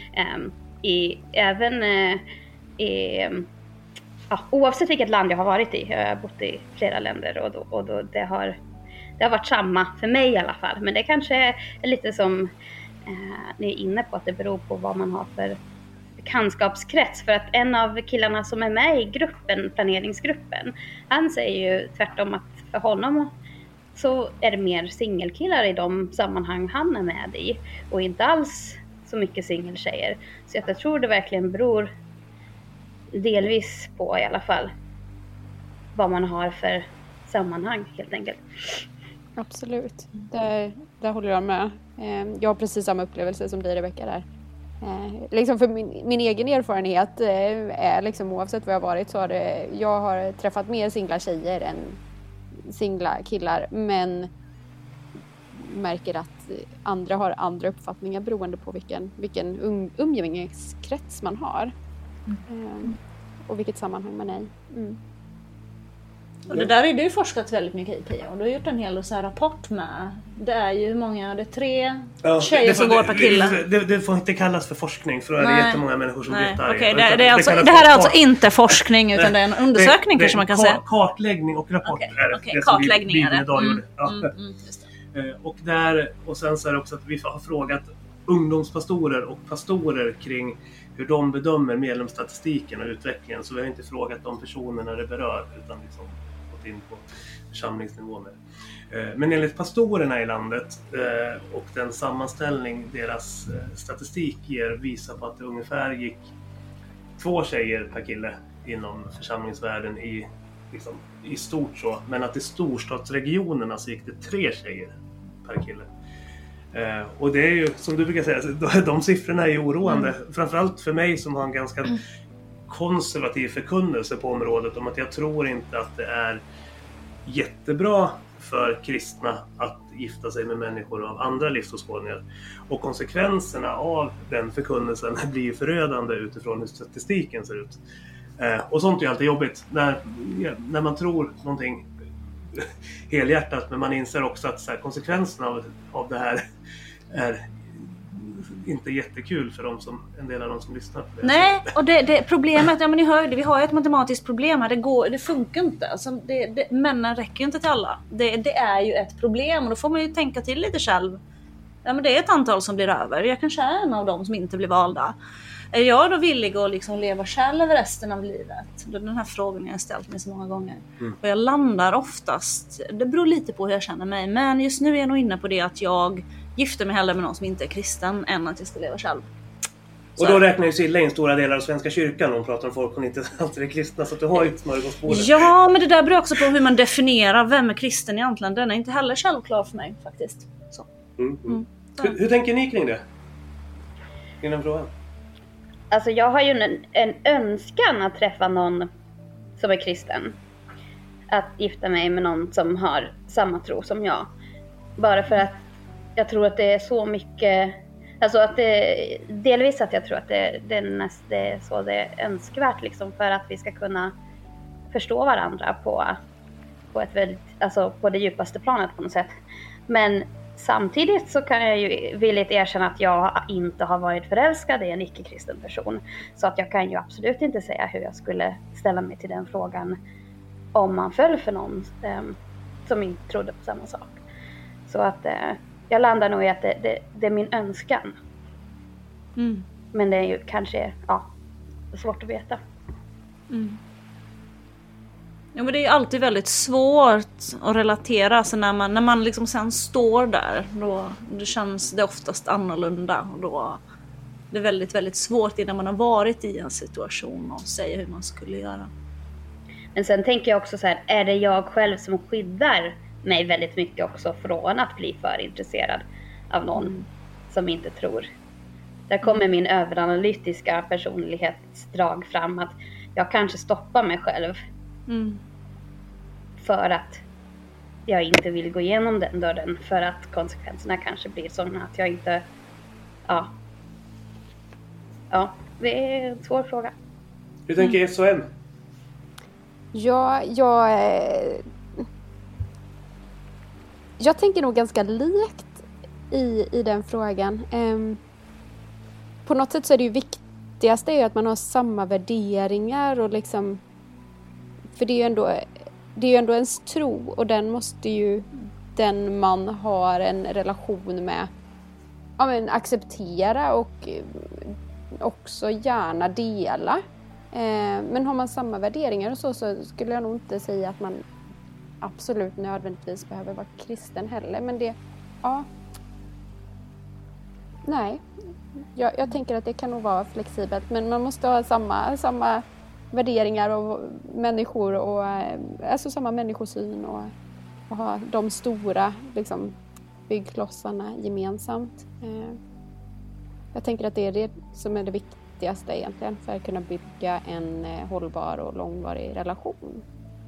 [SPEAKER 8] Oavsett vilket land jag har varit i, jag har bott i flera länder och då det har varit samma för mig i alla fall. Men det kanske är lite som ni är inne på, att det beror på vad man har för bekantskapskrets. För att en av killarna som är med i gruppen, planeringsgruppen, han säger ju tvärtom att för honom så är det mer singelkillar i de sammanhang han är med i och inte alls så mycket singeltjejer. Så jag tror det verkligen beror delvis på i alla fall vad man har för sammanhang helt enkelt.
[SPEAKER 6] Absolut, där håller jag med. Jag har precis samma upplevelse som dig, Rebecka, där. Liksom för min egen erfarenhet är liksom, oavsett vad jag har varit så har jag har träffat mer singla tjejer än singla killar, men märker att andra har andra uppfattningar beroende på vilken umgängeskrets man har och vilket sammanhang man är i.
[SPEAKER 1] Och det där är du forskat väldigt mycket i, Pia, och du har gjort en hel så här rapport med. Det är ju hur många, det är 3 tjejer som går per killar.
[SPEAKER 2] Det får inte kallas för forskning, för det är jättemånga människor som vet det.
[SPEAKER 1] Okay, det här är alltså inte forskning utan det är en undersökning kanske man kan säga.
[SPEAKER 2] Kartläggning och rapport är det
[SPEAKER 1] kartläggning är det.
[SPEAKER 2] Och sen så är det också att vi har frågat ungdomspastorer och pastorer kring hur de bedömer medlemsstatistiken och utvecklingen. Så vi har inte frågat de personerna det berör utan liksom gått in på församlingsnivå med. Men enligt pastorerna i landet och den sammanställning deras statistik ger visar på att det ungefär gick 2 tjejer per kille inom församlingsvärlden i stort så. Men att i storstadsregionerna så gick det 3 tjejer per kille. Och det är ju, som du brukar säga, de siffrorna är ju oroande. Framförallt för mig som har en ganska konservativ förkunnelse på området om att jag tror inte att det är jättebra för kristna att gifta sig med människor av andra livsåskådningar. Och konsekvenserna av den förkunnelsen blir ju förödande utifrån hur statistiken ser ut. Och sånt är ju alltid jobbigt när man tror någonting helhjärtat, men man inser också att så här, konsekvenserna av det här är inte jättekul för en del av de som lyssnar på det.
[SPEAKER 1] Nej, och det problemet, ja men ni hör det, vi har ju ett matematiskt problem här, det funkar inte. Alltså, männen räcker ju inte till alla. Det är ju ett problem och då får man ju tänka till lite själv. Ja men det är ett antal som blir över, jag kanske är en av dem som inte blir valda. Är jag då villig att liksom leva själv över resten av livet? Det är den här frågan jag har ställt mig så många gånger. Och jag landar oftast, det beror lite på hur jag känner mig, men just nu är jag nog inne på det att jag gifter mig hellre med någon som inte är kristen än att jag ska leva själv.
[SPEAKER 2] Och då räknar ju Silla in stora delar av Svenska kyrkan om pratar om folk som inte alltid är kristna, så att du har ju ett smörgåsbord.
[SPEAKER 1] Ja, men det där beror också på hur man definierar vem är kristen egentligen. Den är inte heller självklar för mig faktiskt. Så.
[SPEAKER 2] Hur tänker ni kring det? Kring den frågan?
[SPEAKER 8] Alltså jag har ju en önskan att träffa någon som är kristen. Att gifta mig med någon som har samma tro som jag. Bara för att jag tror att det är så mycket... Alltså att delvis att jag tror att det är så det är önskvärt liksom, för att vi ska kunna förstå varandra på ett väldigt, alltså på det djupaste planet på något sätt. Men samtidigt så kan jag ju villigt erkänna att jag inte har varit förälskad i en icke-kristen person. Så att jag kan ju absolut inte säga hur jag skulle ställa mig till den frågan om man föll för någon som inte trodde på samma sak. Så att jag landar nog i att det är min önskan. Men det är ju kanske svårt att veta.
[SPEAKER 1] Ja, men det är alltid väldigt svårt att relatera. Så när man liksom sen står där, då känns det oftast annorlunda. Och då det är väldigt, väldigt svårt innan man har varit i en situation och säga hur man skulle göra.
[SPEAKER 8] Men sen tänker jag också så här, är det jag själv som skyddar mig väldigt mycket också från att bli för intresserad av någon som inte tror? Där kommer min överanalytiska personlighetsdrag fram, att jag kanske stoppar mig själv för att jag inte vill gå igenom den dörren, för att konsekvenserna kanske blir sådana att jag inte det är en svår fråga.
[SPEAKER 2] Hur tänker SOM?
[SPEAKER 6] Ja, jag tänker nog ganska likt i den frågan. På något sätt så är det ju viktigaste är att man har samma värderingar och liksom, för det är ju ändå ens tro, och den måste ju den man har en relation med acceptera och också gärna dela. Men har man samma värderingar och så skulle jag nog inte säga att man absolut nödvändigtvis behöver vara kristen heller. Men det, nej. Jag tänker att det kan nog vara flexibelt. Men man måste ha samma värderingar och människor och alltså samma människosyn och ha de stora liksom, byggklossarna gemensamt. Jag tänker att det är det som är det viktigaste egentligen för att kunna bygga en hållbar och långvarig relation.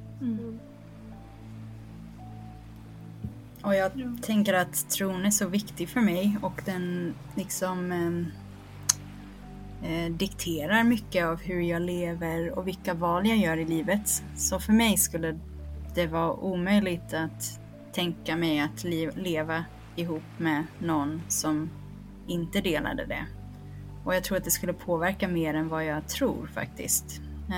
[SPEAKER 7] Och jag tänker att tron är så viktig för mig, och den liksom dikterar mycket av hur jag lever och vilka val jag gör i livet. Så för mig skulle det vara omöjligt att tänka mig att leva ihop med någon som inte delade det. Och jag tror att det skulle påverka mer än vad jag tror faktiskt.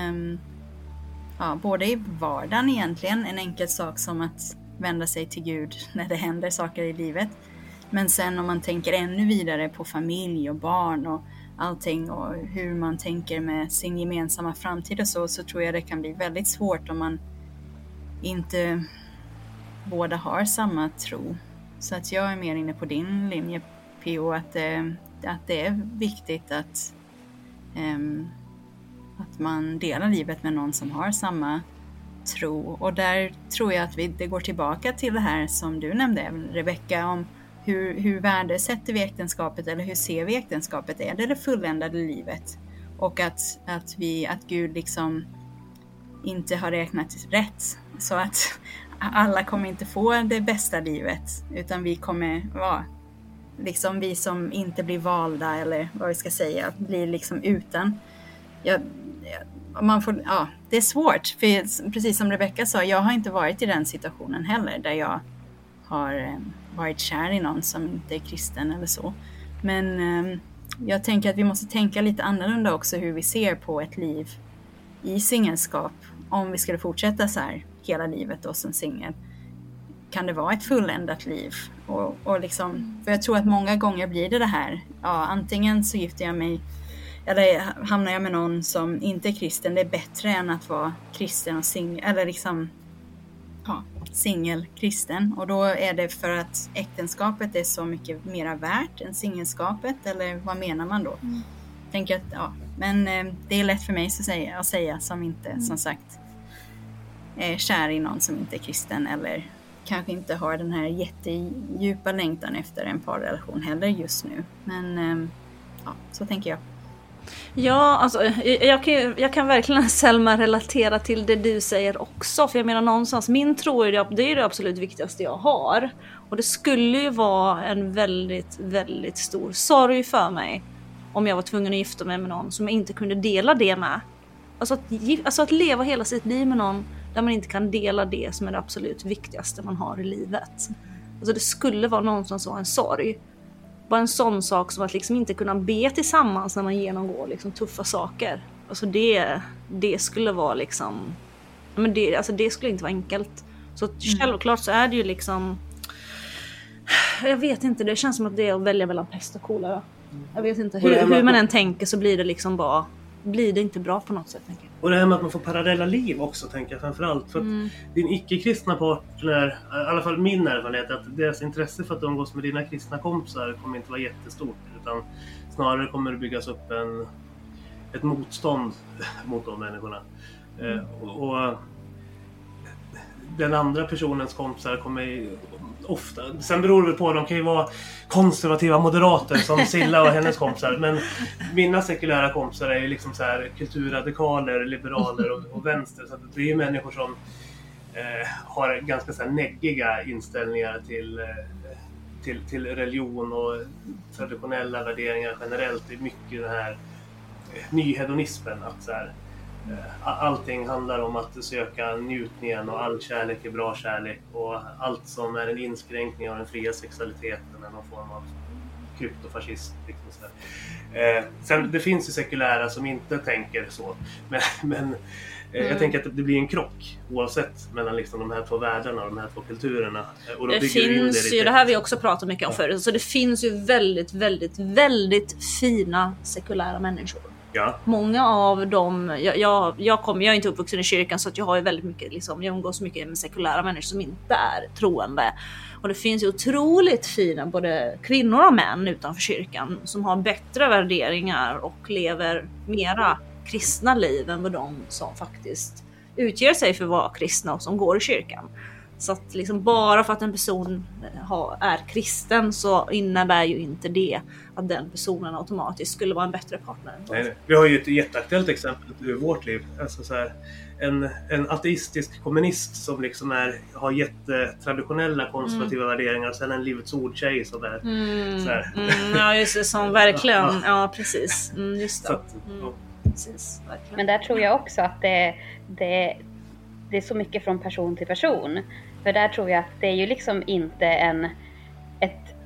[SPEAKER 7] Både i vardagen egentligen, en enkel sak som att vända sig till Gud när det händer saker i livet. Men sen om man tänker ännu vidare på familj och barn och allting och hur man tänker med sin gemensamma framtid och så tror jag det kan bli väldigt svårt om man inte båda har samma tro. Så att jag är mer inne på din linje, P.O., att det är viktigt att att man delar livet med någon som har samma tro. Och där tror jag att det går tillbaka till det här som du nämnde, Rebecka, om hur värdesätter vi äktenskapet, eller hur ser vi äktenskapet? Är det fulländade livet? Och att Gud liksom inte har räknat rätt, så att alla kommer inte få det bästa livet, utan vi kommer vara liksom, vi som inte blir valda, eller vad vi ska säga, blir liksom utan. Det är svårt, för precis som Rebecka sa, jag har inte varit i den situationen heller, där jag har varit kär i någon som inte är kristen eller så. Men jag tänker att vi måste tänka lite annorlunda också, hur vi ser på ett liv i singelskap. Om vi skulle fortsätta så här hela livet då som singel, kan det vara ett fulländat liv? Och liksom, för jag tror att många gånger blir det här, antingen så gifter jag mig eller hamnar jag med någon som inte är kristen. Det är bättre än att vara kristen och singel, eller liksom singelkristen. Och då är det för att äktenskapet är så mycket mera värt än singelskapet, eller vad menar man då? Tänker att men det är lätt för mig att säga som inte, som sagt, är kär i någon som inte är kristen, eller kanske inte har den här jättedjupa längtan efter en parrelation heller just nu. Men så tänker jag.
[SPEAKER 1] Ja, alltså jag kan verkligen, Selma, relatera till det du säger också. För jag menar någonstans, min tro är det är det absolut viktigaste jag har. Och det skulle ju vara en väldigt, väldigt stor sorg för mig om jag var tvungen att gifta mig med någon som jag inte kunde dela det med. Alltså att leva hela sitt liv med någon där man inte kan dela det som är det absolut viktigaste man har i livet. Alltså det skulle vara någonstans en sorg. Bara en sån sak som att liksom inte kunna be tillsammans när man genomgår liksom tuffa saker. Alltså det skulle vara liksom, men det skulle inte vara enkelt. Så självklart så är det ju liksom, jag vet inte, det känns som att det är att välja mellan pest och kolera. Jag vet inte, hur man än tänker så blir det liksom bara, blir det inte bra på något sätt, tänker jag.
[SPEAKER 2] Och det här med att man får parallella liv också, tänker jag framförallt. För att din icke-kristna partner, i alla fall min erfarenhet, att deras intresse för att umgås med dina kristna kompisar kommer inte vara jättestort. Utan snarare kommer det byggas upp ett motstånd mot de människorna. Och den andra personens kompisar kommer ofta, sen beror det på, de kan ju vara konservativa moderater som Silla och hennes kompisar, men mina sekulära kompisar är ju liksom så här kulturradikaler, liberaler och vänster, så att det är ju människor som har ganska så här neggiga inställningar till religion och traditionella värderingar generellt. Det är mycket den här nyhedonismen, att så här, allting handlar om att söka njutningen och all kärlek är bra kärlek, och allt som är en inskränkning av den fria sexualiteten är någon form av kryptofascist. Liksom så sen det finns ju sekulära som inte tänker så, men jag tänker att det blir en krock oavsett mellan liksom de här två världarna och de här två kulturerna. Och
[SPEAKER 1] det finns ju, det här vi också pratat mycket om förut, så det finns ju väldigt, väldigt, väldigt fina sekulära människor.
[SPEAKER 2] Ja.
[SPEAKER 1] Många av dem, jag är inte uppvuxen i kyrkan, så att jag har ju väldigt mycket, liksom, jag umgås mycket med sekulära människor som inte är troende. Och det finns ju otroligt fina både kvinnor och män utanför kyrkan som har bättre värderingar och lever mera kristna liv än vad de som faktiskt utger sig för att vara kristna och som går i kyrkan. Så att liksom bara för att en person är kristen så innebär ju inte det att den personen automatiskt skulle vara en bättre partner.
[SPEAKER 2] Nej. Vi har ju ett jätteaktuellt exempel ur vårt liv. Alltså så här, en ateistisk kommunist som liksom har jättetraditionella konservativa värderingar, och sen en Livets ord-tjej som är så här.
[SPEAKER 1] Ja, just det, som verkligen, ja precis. Just det. Precis, verkligen.
[SPEAKER 8] Men där tror jag också att det är så mycket från person till person. För där tror jag att det är ju liksom inte ett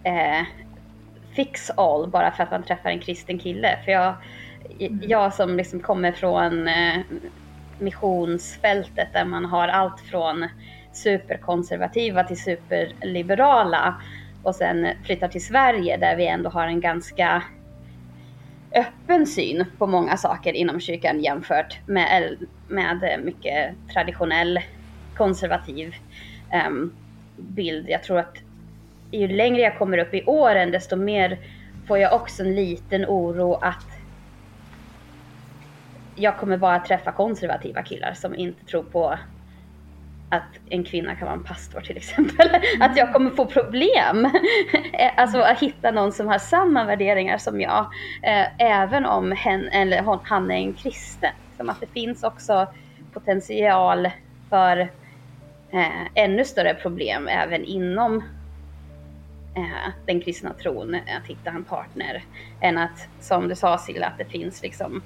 [SPEAKER 8] fix all bara för att man träffar en kristen kille. För jag som liksom kommer från missionsfältet där man har allt från superkonservativa till superliberala, och sen flyttar till Sverige där vi ändå har en öppen syn på många saker inom kyrkan jämfört med mycket traditionell konservativ bild. Jag tror att ju längre jag kommer upp i åren, desto mer får jag också en liten oro att jag kommer bara träffa konservativa killar som inte tror på att en kvinna kan vara en pastor till exempel. Att jag kommer få problem. Alltså att hitta någon som har samma värderingar som jag. Även om han är en kristen. Som att det finns också potential för ännu större problem även inom den kristna tron. Att hitta en partner. Än att, som du sa Silla, att det finns liksom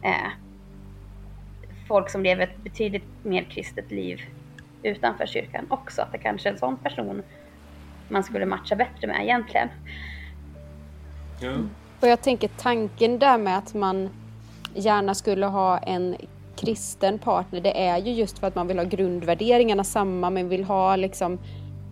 [SPEAKER 8] folk som lever ett betydligt mer kristet liv utanför kyrkan också. Att det kanske är en sån person man skulle matcha bättre med egentligen.
[SPEAKER 2] Ja.
[SPEAKER 6] Och jag tänker tanken där med att man gärna skulle ha en kristen partner, det är ju just för att man vill ha grundvärderingarna samma, men vill ha liksom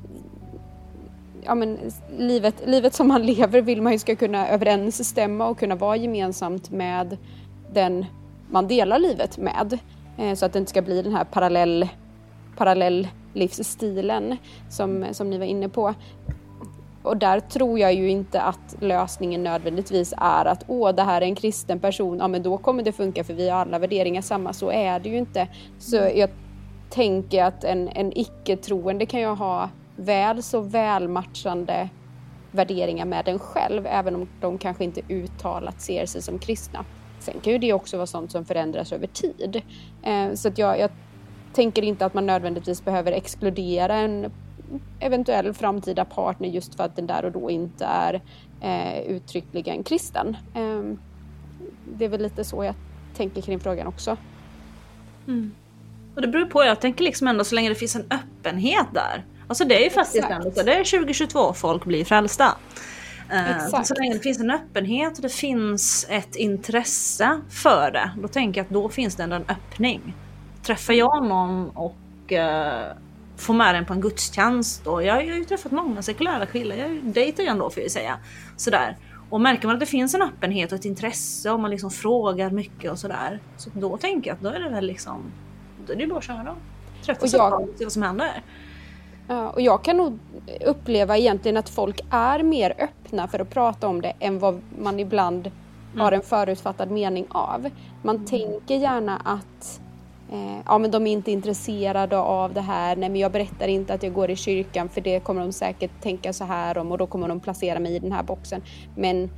[SPEAKER 6] livet som man lever vill man ju ska kunna överensstämma och kunna vara gemensamt med den man delar livet med. Så att det inte ska bli den här parallell livsstilen som ni var inne på. Och där tror jag ju inte att lösningen nödvändigtvis är att det här är en kristen person, ja men då kommer det funka för vi har alla värderingar samma. Så är det ju inte. Så jag tänker att en icke-troende kan ju ha väl så välmatchande värderingar med den själv, även om de kanske inte uttalat ser sig som kristna. Sen kan ju det också vara sånt som förändras över tid. Så att jag tänker inte att man nödvändigtvis behöver exkludera en eventuell framtida partner just för att den där och då inte är uttryckligen kristen. Det är väl lite så jag tänker kring frågan också.
[SPEAKER 1] Mm. Och det beror på, jag tänker liksom ändå så länge det finns en öppenhet där. Alltså det är ju faktiskt ändå så. Det är 2022 folk blir frälsta. Så länge det finns en öppenhet och det finns ett intresse för det, då tänker jag att då finns det ändå en öppning. Träffar jag någon och får med den på en gudstjänst, och jag har ju träffat många sekulära killar, jag dejtar ju ändå för att säga sådär. Och märker man att det finns en öppenhet och ett intresse och man liksom frågar mycket och sådär, så då tänker jag att då är det väl liksom, då är det bara att köra. Träffas och se vad som händer.
[SPEAKER 6] Ja, och jag kan nog uppleva egentligen att folk är mer öppna för att prata om det än vad man ibland har en förutfattad mening av. Man tänker gärna att men de är inte intresserade av det här. Nej, men jag berättar inte att jag går i kyrkan för det kommer de säkert tänka så här om, och då kommer de placera mig i den här boxen. Men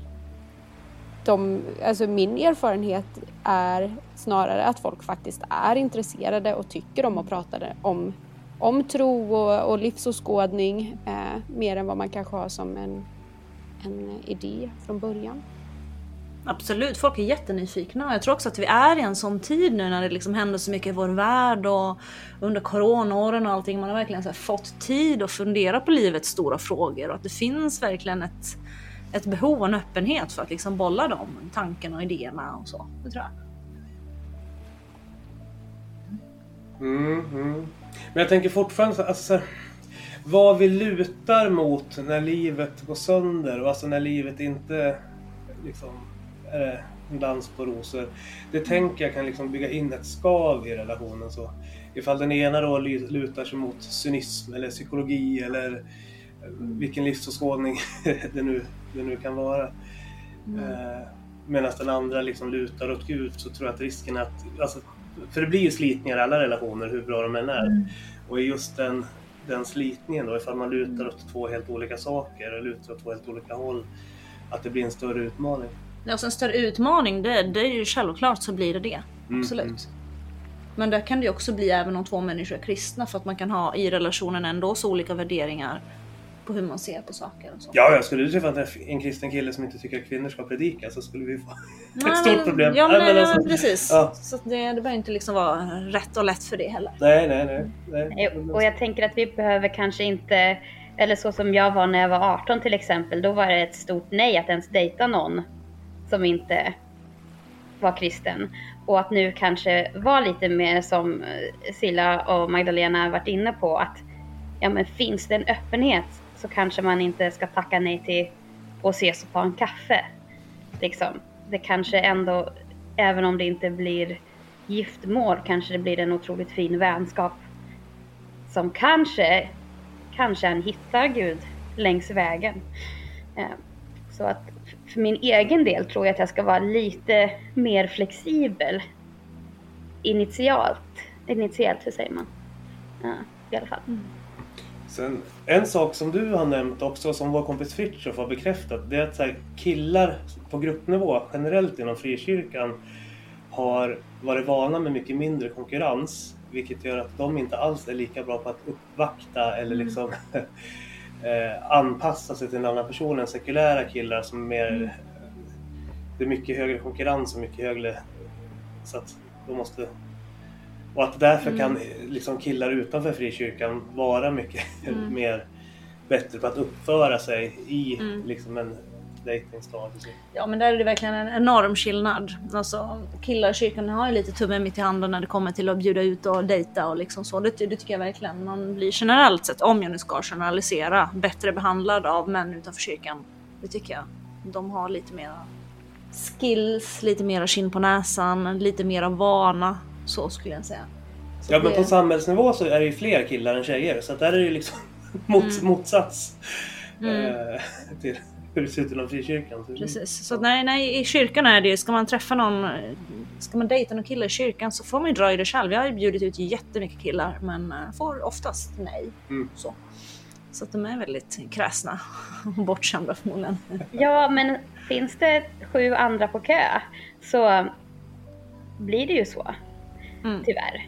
[SPEAKER 6] min erfarenhet är snarare att folk faktiskt är intresserade och tycker om att prata om tro och livsåskådning mer än vad man kanske har som en idé från början.
[SPEAKER 1] Absolut, folk är jättenyfikna. Jag tror också att vi är i en sån tid nu när det liksom händer så mycket i vår värld, och under coronaåren och allting, man har verkligen så här fått tid att fundera på livets stora frågor, och att det finns verkligen ett behov och en öppenhet för att liksom bolla de tankarna och idéerna och så. Det tror jag.
[SPEAKER 2] Men jag tänker fortfarande alltså, vad vi lutar mot när livet går sönder, och alltså när livet inte liksom är en dans på rosor. Det tänker jag kan liksom bygga in ett skav i relationen. Så ifall den ena då lutar sig mot cynism eller psykologi eller vilken livsåskådning det nu kan vara. Medan den andra liksom lutar åt Gud, så tror jag att risken är att alltså, för det blir ju slitningar i alla relationer hur bra de än är. Och i just den slitningen då, ifall man lutar åt två helt olika saker eller lutar åt två helt olika håll, att det blir en större utmaning.
[SPEAKER 1] Ja, och en större utmaning, det är ju självklart så blir det. Absolut. Men det kan det ju också bli även om två människor är kristna, för att man kan ha i relationen ändå så olika värderingar på hur man ser på saker och så.
[SPEAKER 2] Ja, jag skulle ju träffa en kristen kille som inte tycker att kvinnor ska predika, så skulle vi få ett stort problem.
[SPEAKER 1] Ja, men precis. Ja. Så det behöver inte liksom vara rätt och lätt för det heller.
[SPEAKER 2] Nej.
[SPEAKER 8] Och jag tänker att vi behöver kanske inte, eller så som jag var när jag var 18 till exempel, då var det ett stort nej att ens dejta någon som inte var kristen. Och att nu kanske var lite mer som Silla och Magdalena varit inne på, att ja, men finns det en öppenhet så kanske man inte ska tacka nej till att ses på en kaffe. Liksom. Det kanske ändå, även om det inte blir giftmål, kanske det blir en otroligt fin vänskap som kanske en hittar Gud längs vägen. Så att för min egen del tror jag att jag ska vara lite mer flexibel initiellt, hur säger man? Ja, i alla fall.
[SPEAKER 2] Sen, en sak som du har nämnt också, som vår kompis Fritjof har bekräftat, det är att så här, killar på gruppnivå generellt inom frikyrkan har varit vana med mycket mindre konkurrens, vilket gör att de inte alls är lika bra på att uppvakta eller liksom anpassa sig till en annan person än sekulära killar som är mer, det är mycket högre konkurrens och mycket högre, så att de måste, och att därför kan liksom killar utanför frikyrkan vara mycket mer bättre på att uppföra sig i liksom en datingstad.
[SPEAKER 1] Ja, men där är det verkligen en enorm skillnad. Alltså, killar i kyrkan har ju lite tummen mitt i handen när det kommer till att bjuda ut och dejta och liksom så. Det tycker jag verkligen. Man blir generellt sett, om jag nu ska generalisera, bättre behandlad av män utanför kyrkan. Det tycker jag. De har lite mer skills, lite mer kinn på näsan, lite mer vana. Så skulle jag säga. Så
[SPEAKER 2] ja, men på samhällsnivå så är det ju fler killar än tjejer. Så där är det ju liksom motsats till hur det ser ut inom frikyrkan.
[SPEAKER 1] Precis, så nej, i kyrkan är det ju, ska man träffa någon, ska man dejta någon kille i kyrkan så får man ju dra i det själv. Jag har ju bjudit ut jättemycket killar, men får oftast nej. Så att de är väldigt kräsna och bortskämda förmodligen.
[SPEAKER 8] Ja, men finns det 7 andra på kö så blir det ju så. Tyvärr.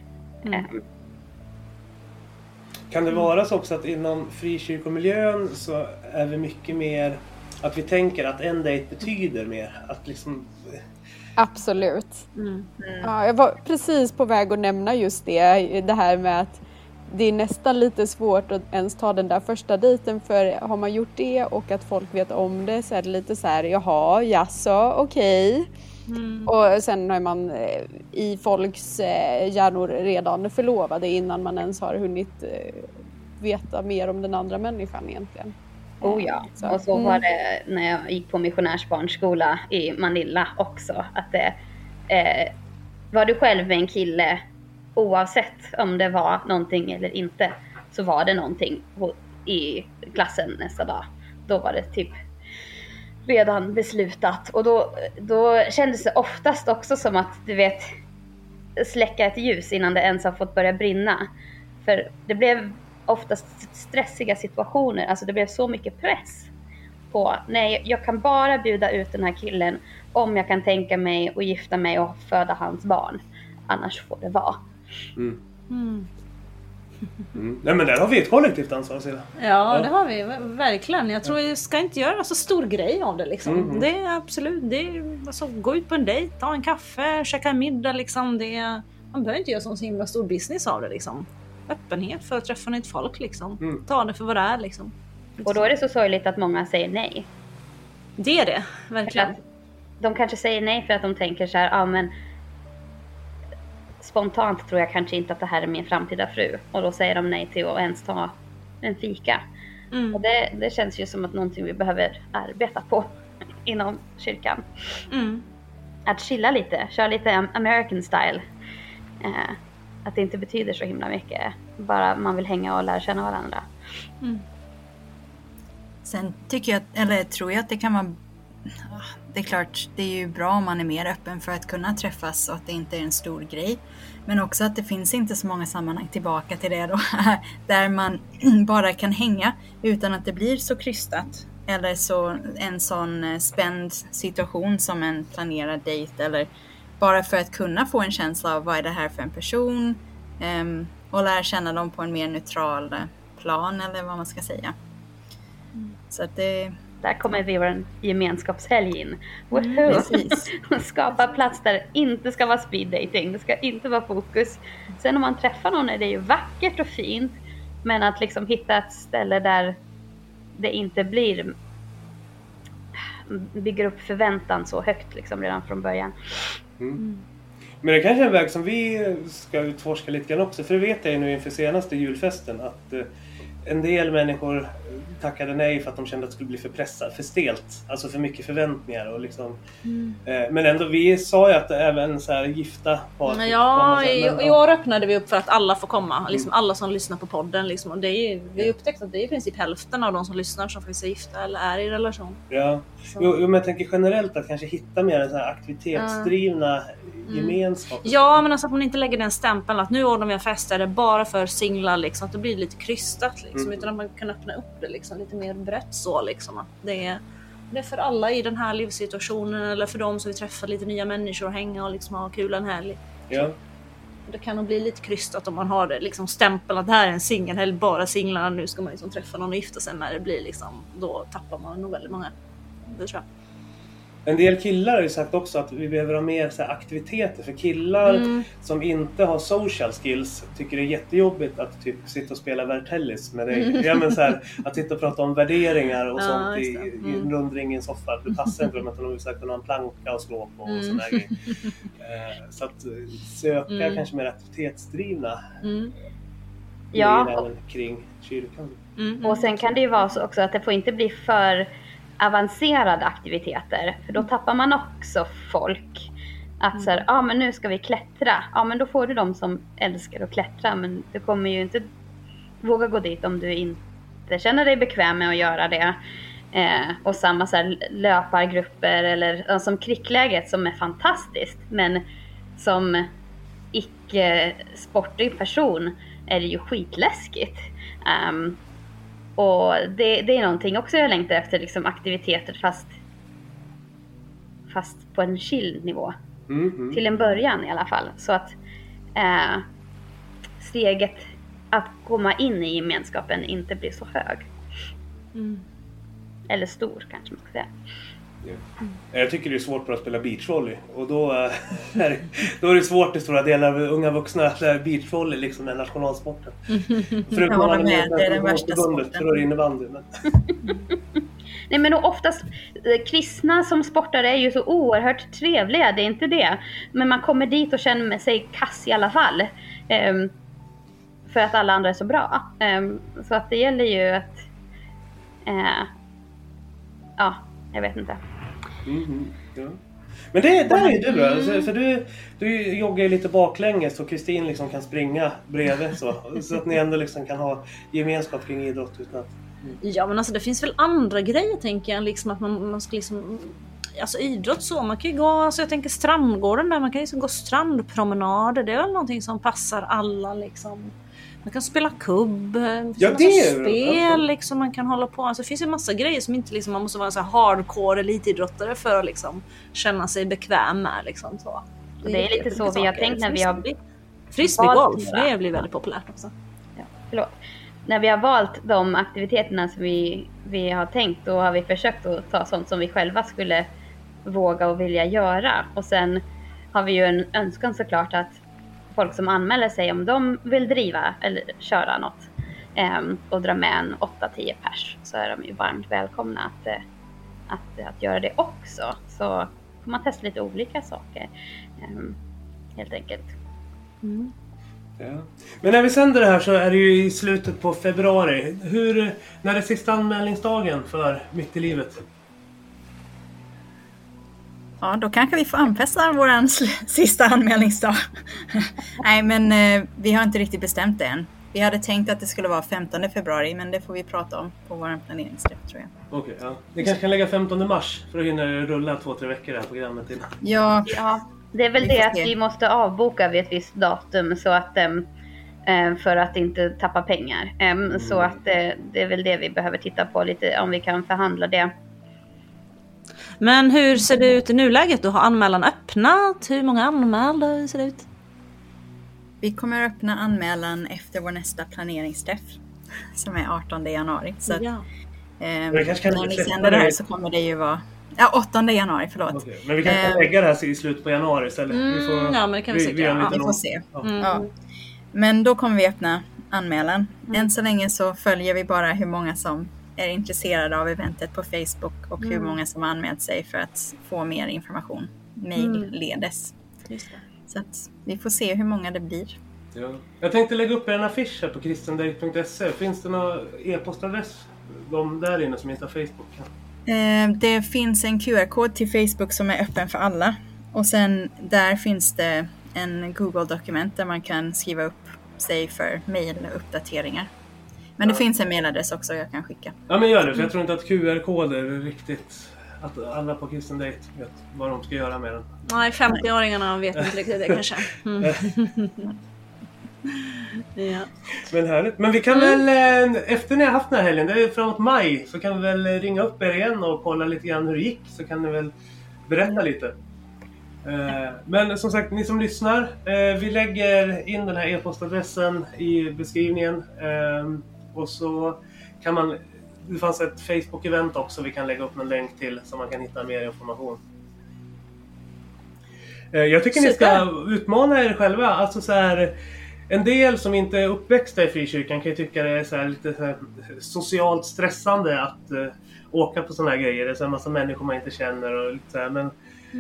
[SPEAKER 2] Kan det vara så också att inom frikyrkomiljön så är vi mycket mer att vi tänker att en dejt betyder mer? Att liksom...
[SPEAKER 6] Absolut. Ja, jag var precis på väg att nämna just det här med att det är nästan lite svårt att ens ta den där första dejten, för har man gjort det och att folk vet om det så är det lite så här, jaha, jaså, okej. Och sen är man i folks hjärnor redan förlovade innan man ens har hunnit veta mer om den andra människan egentligen.
[SPEAKER 8] Oh ja, och så var det när jag gick på missionärsbarnskola i Manila också. Att var du själv med en kille, oavsett om det var någonting eller inte, så var det någonting i klassen nästa dag. Då var det typ redan beslutat. Och då kändes det oftast också som att, du vet, släcka ett ljus innan det ens har fått börja brinna. För det blev oftast stressiga situationer. Alltså det blev så mycket press på, nej, jag kan bara bjuda ut den här killen om jag kan tänka mig att gifta mig och föda hans barn. Annars får det vara.
[SPEAKER 2] Nej, men där har vi ett kollektivt ansvar, Silla.
[SPEAKER 1] Ja, det har vi verkligen. Jag tror vi ska inte göra så stor grej av det liksom. Det är absolut, det är alltså, gå ut på en dejt, ta en kaffe, käka en middag liksom. Man behöver inte göra så himla stor business av det liksom. Öppenhet för att träffa nytt folk liksom. Ta det för vad det är liksom.
[SPEAKER 8] Och då är det så sorgligt att många säger nej.
[SPEAKER 1] Det är det, verkligen.
[SPEAKER 8] De kanske säger nej för att de tänker så här, men spontant tror jag kanske inte att det här är min framtida fru. Och då säger de nej till att ens ta en fika. Och det känns ju som att någonting vi behöver arbeta på inom kyrkan. Att chilla lite, köra lite American style. Att det inte betyder så himla mycket. Bara man vill hänga och lära känna varandra.
[SPEAKER 7] Sen tycker jag, eller tror jag att det kan vara, det är klart, det är ju bra om man är mer öppen för att kunna träffas och att det inte är en stor grej. Men också att det finns inte så många sammanhang tillbaka till det då, där man bara kan hänga utan att det blir så krystat. Eller så en sån spänd situation som en planerad dejt, eller bara för att kunna få en känsla av vad är det här för en person och lära känna dem på en mer neutral plan, eller vad man ska säga. Så att det...
[SPEAKER 8] Där kommer vi vara en gemenskapshelg in. Skapa plats där det inte ska vara speed dating. Det ska inte vara fokus. Sen om man träffar någon är det ju vackert och fint. Men att liksom hitta ett ställe där det inte bygger upp förväntan så högt liksom redan från början.
[SPEAKER 2] Men det kanske är en väg som vi ska utforska lite grann också. För det vet jag ju nu inför senaste julfesten att en del människor tackade nej för att de kände att det skulle bli för pressat, för stelt, alltså för mycket förväntningar och liksom. Men ändå, vi sa ju att även så här gifta par.
[SPEAKER 1] Ja, i år öppnade vi upp för att alla får komma, liksom alla som lyssnar på podden liksom, och det är, vi upptäckte att det är i princip hälften av de som lyssnar som faktiskt är gifta eller är i relation.
[SPEAKER 2] Ja, jo, men jag tänker generellt att kanske hitta mer en så här aktivitetsdrivna gemenskap.
[SPEAKER 1] Ja, men alltså att man inte lägger den stämpeln att nu ordnar vi en fest där det är bara för singlar liksom, att det blir lite krystat liksom, utan att man kan öppna upp det liksom lite mer brett så liksom, att det är för alla i den här livssituationen, eller för dem som vill träffa lite nya människor och hänga och liksom ha kul en helg.
[SPEAKER 2] Ja.
[SPEAKER 1] Det kan nog bli lite krystat om man har det liksom stämpeln att det här är en singel, eller bara singlarna, nu ska man liksom träffa någon och gifta sig, när det blir liksom, då tappar man nog väldigt många. Det tror jag.
[SPEAKER 2] En del killar har ju sagt också att vi behöver ha mer så här aktiviteter för killar som inte har social skills, tycker det är jättejobbigt att typ sitta och spela värtellis med dig. Ja, men så här, att sitta och prata om värderingar och sånt i en rundring i en soffa. Det passar inte med att de vill kunna ha en planka och slå på och såna här grejer. Så att söka kanske mer aktivitetsdrivna grejer kring kyrkan.
[SPEAKER 8] Och sen kan det ju vara så också att det får inte bli för avancerade aktiviteter, för då tappar man också folk. Att så här, men nu ska vi klättra. Ja, men då får du de som älskar att klättra, men du kommer ju inte våga gå dit om du inte känner dig bekväm med att göra det. Och samma så här löpargrupper eller som krickläget som är fantastiskt, men som icke-sportig person är det ju skitläskigt. Och det är någonting också jag längtar efter, liksom aktiviteter fast på en chill nivå. Till en början i alla fall. Så att steget att komma in i gemenskapen inte blir så hög. Eller stor kanske man ska säga.
[SPEAKER 2] Jag tycker det är svårt att spela beachvolley, och då är det svårt i stora delar av unga vuxna att lära beachvolley liksom är nationalsporten. För
[SPEAKER 7] jag håller med, det är den värsta sporten.
[SPEAKER 2] För innebandy.
[SPEAKER 8] Nej, men oftast kristna som sportare är ju så oerhört trevliga, det är inte det. Men man kommer dit och känner sig kass i alla fall. För att alla andra är så bra. Så att det gäller ju att jag vet inte.
[SPEAKER 2] Ja. Men det där är ju du bra, för du joggar ju lite baklänges och Kristin liksom kan springa bredvid så att ni ändå liksom kan ha gemenskap kring idrott utan att...
[SPEAKER 1] Ja, men alltså det finns väl andra grejer tänker jag, liksom att man ska liksom, alltså idrott så, man kan ju gå, alltså jag tänker strandgården där, man kan ju gå strandpromenader, det är väl någonting som passar alla liksom. Man kan spela kubb, spel liksom, man kan hålla på. Alltså det finns ju en massa grejer som inte liksom, man måste vara så här hardcore elitidrottare för att liksom känna sig bekväm med liksom så.
[SPEAKER 8] Det är lite så vi har tänkt när vi har
[SPEAKER 1] frisbeegolf, det blir väldigt populärt också.
[SPEAKER 8] Ja, förlåt. När vi har valt de aktiviteterna som vi har tänkt, då har vi försökt att ta sånt som vi själva skulle våga och vilja göra. Och sen har vi ju en önskan såklart att folk som anmäler sig, om de vill driva eller köra något och dra med en 8-10 pers, så är de ju varmt välkomna att göra det också. Så får man testa lite olika saker helt enkelt.
[SPEAKER 2] Ja. Men när vi sänder det här så är det ju i slutet på februari. När är sista anmälningsdagen för Mitt i livet?
[SPEAKER 7] Ja, då kanske vi får anpassa våran sista anmälningsdag. Nej, men vi har inte riktigt bestämt det än. Vi hade tänkt att det skulle vara 15 februari, men det får vi prata om på vår planeringsträff, tror jag.
[SPEAKER 2] Okej, ja. Vi kanske kan lägga 15 mars för att hinna rulla 2-3 veckor det här programmet innan.
[SPEAKER 7] Ja,
[SPEAKER 8] det är väl det att vi måste avboka vid ett visst datum så att för att inte tappa pengar. Så att det är väl det vi behöver titta på lite, om vi kan förhandla det.
[SPEAKER 1] Men hur ser det ut i nuläget? Du har anmälan öppnat. Hur många anmälda? Hur ser det ut?
[SPEAKER 7] Vi kommer att öppna anmälan efter vår nästa planeringsträff som är 18 januari. Så att, när vi sänder det här så kommer det ju vara 8 januari, förlåt. Okay.
[SPEAKER 2] Men vi kan lägga det här i slutet på januari istället.
[SPEAKER 1] Men det kan vi
[SPEAKER 7] får se. Ja. Men då kommer vi öppna anmälan. Än så länge så följer vi bara hur många som är intresserade av eventet på Facebook och hur många som har anmält sig för att få mer information. Mail ledes. Så att vi får se hur många det blir.
[SPEAKER 2] Ja. Jag tänkte lägga upp en affisch här på kristendate.se. Finns det någon e-postadress de där inne som inte har Facebook?
[SPEAKER 7] Det finns en QR-kod till Facebook som är öppen för alla. Och sen där finns det en Google-dokument där man kan skriva upp sig för mejluppdateringar. Men det finns en mejladress också jag kan skicka.
[SPEAKER 2] Ja, men gör det, för jag tror inte att QR-koder är riktigt... Att alla på Kristen Date vet vad de ska göra med den.
[SPEAKER 1] Nej, 50-åringarna vet inte riktigt det kanske. Ja.
[SPEAKER 2] Men härligt. Men vi kan väl, efter ni har haft den här helgen, det är framåt maj, så kan vi väl ringa upp er igen och kolla lite grann hur det gick. Så kan ni väl berätta lite. Men som sagt, ni som lyssnar, vi lägger in den här e-postadressen i beskrivningen. Och så kan man, det fanns ett Facebook-event också vi kan lägga upp en länk till så man kan hitta mer information. Jag tycker ni ska utmana er själva. Alltså så här, en del som inte är uppväxta i frikyrkan kan ju tycka det är så här lite så här socialt stressande att åka på såna här grejer. Det är så en massa människor man inte känner och lite så här, men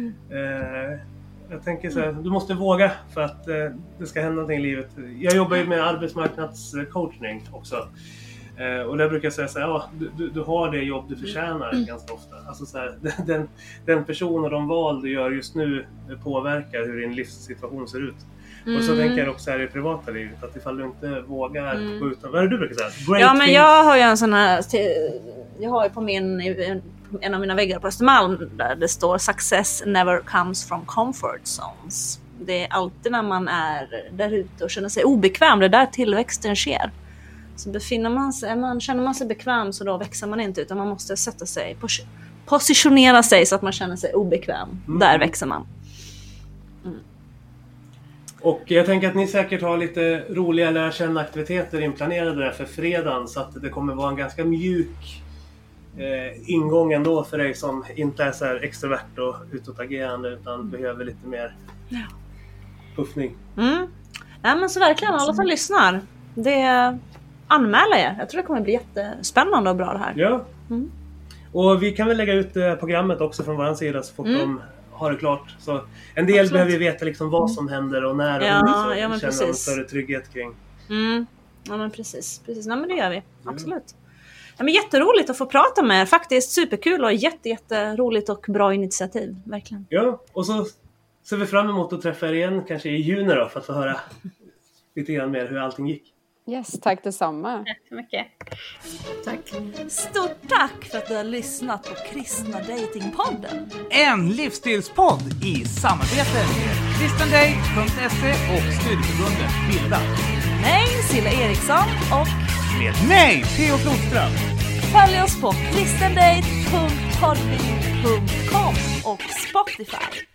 [SPEAKER 2] jag tänker så här, du måste våga för att det ska hända någonting i livet. Jag jobbar ju med arbetsmarknadscoachning också. Och där brukar jag säga så här, ja, du har det jobb du förtjänar ganska ofta. Alltså så här, den person och de val du gör just nu påverkar hur din livssituation ser ut. Och så tänker jag också här i privata livet, att ifall du inte vågar gå ut. Vad är det du brukar säga?
[SPEAKER 1] Ja, men jag har ju en sån här, jag har ju på en av mina väggar på Östermalm där det står "Success never comes from comfort zones". Det är alltid när man är där ute och känner sig obekväm, det är där tillväxten sker. Så känner man sig bekväm, så då växer man inte, utan man måste sätta sig, positionera sig så att man känner sig obekväm. Där växer man.
[SPEAKER 2] Och jag tänker att ni säkert har lite roliga lära känna aktiviteter inplanerade där för fredagen, så att det kommer vara en ganska mjuk ingång ändå för dig som inte är så här extrovert och utåtagerande utan behöver lite mer puffning.
[SPEAKER 1] Nej, men så verkligen, alla som lyssnar, det anmäler er. Jag tror det kommer bli jättespännande och bra det här.
[SPEAKER 2] Ja. Och vi kan väl lägga ut programmet också från vår sida så fort de har det klart. Så en del behöver ju veta liksom vad som händer och när och hur, så känner en större trygghet kring.
[SPEAKER 1] Ja, men precis. Nej, men det gör vi. Absolut. Ja, men jätteroligt att få prata med er. Faktiskt superkul och jätteroligt och bra initiativ. Verkligen.
[SPEAKER 2] Ja, och så ser vi fram emot att träffa er igen kanske i juni då, för att få höra lite grann mer hur allting gick.
[SPEAKER 6] Yes, tack detsamma.
[SPEAKER 8] Tack så mycket.
[SPEAKER 7] Tack.
[SPEAKER 4] Stort tack för att du har lyssnat på Kristna Datingpodden.
[SPEAKER 3] En livsstilspodd i samarbete med kristendate.se och studieförbundet Bilda.
[SPEAKER 4] Mig, Silla Eriksson, och
[SPEAKER 3] Med mig, Theo Flodström.
[SPEAKER 4] följ oss på kristendate.podbean.com och Spotify.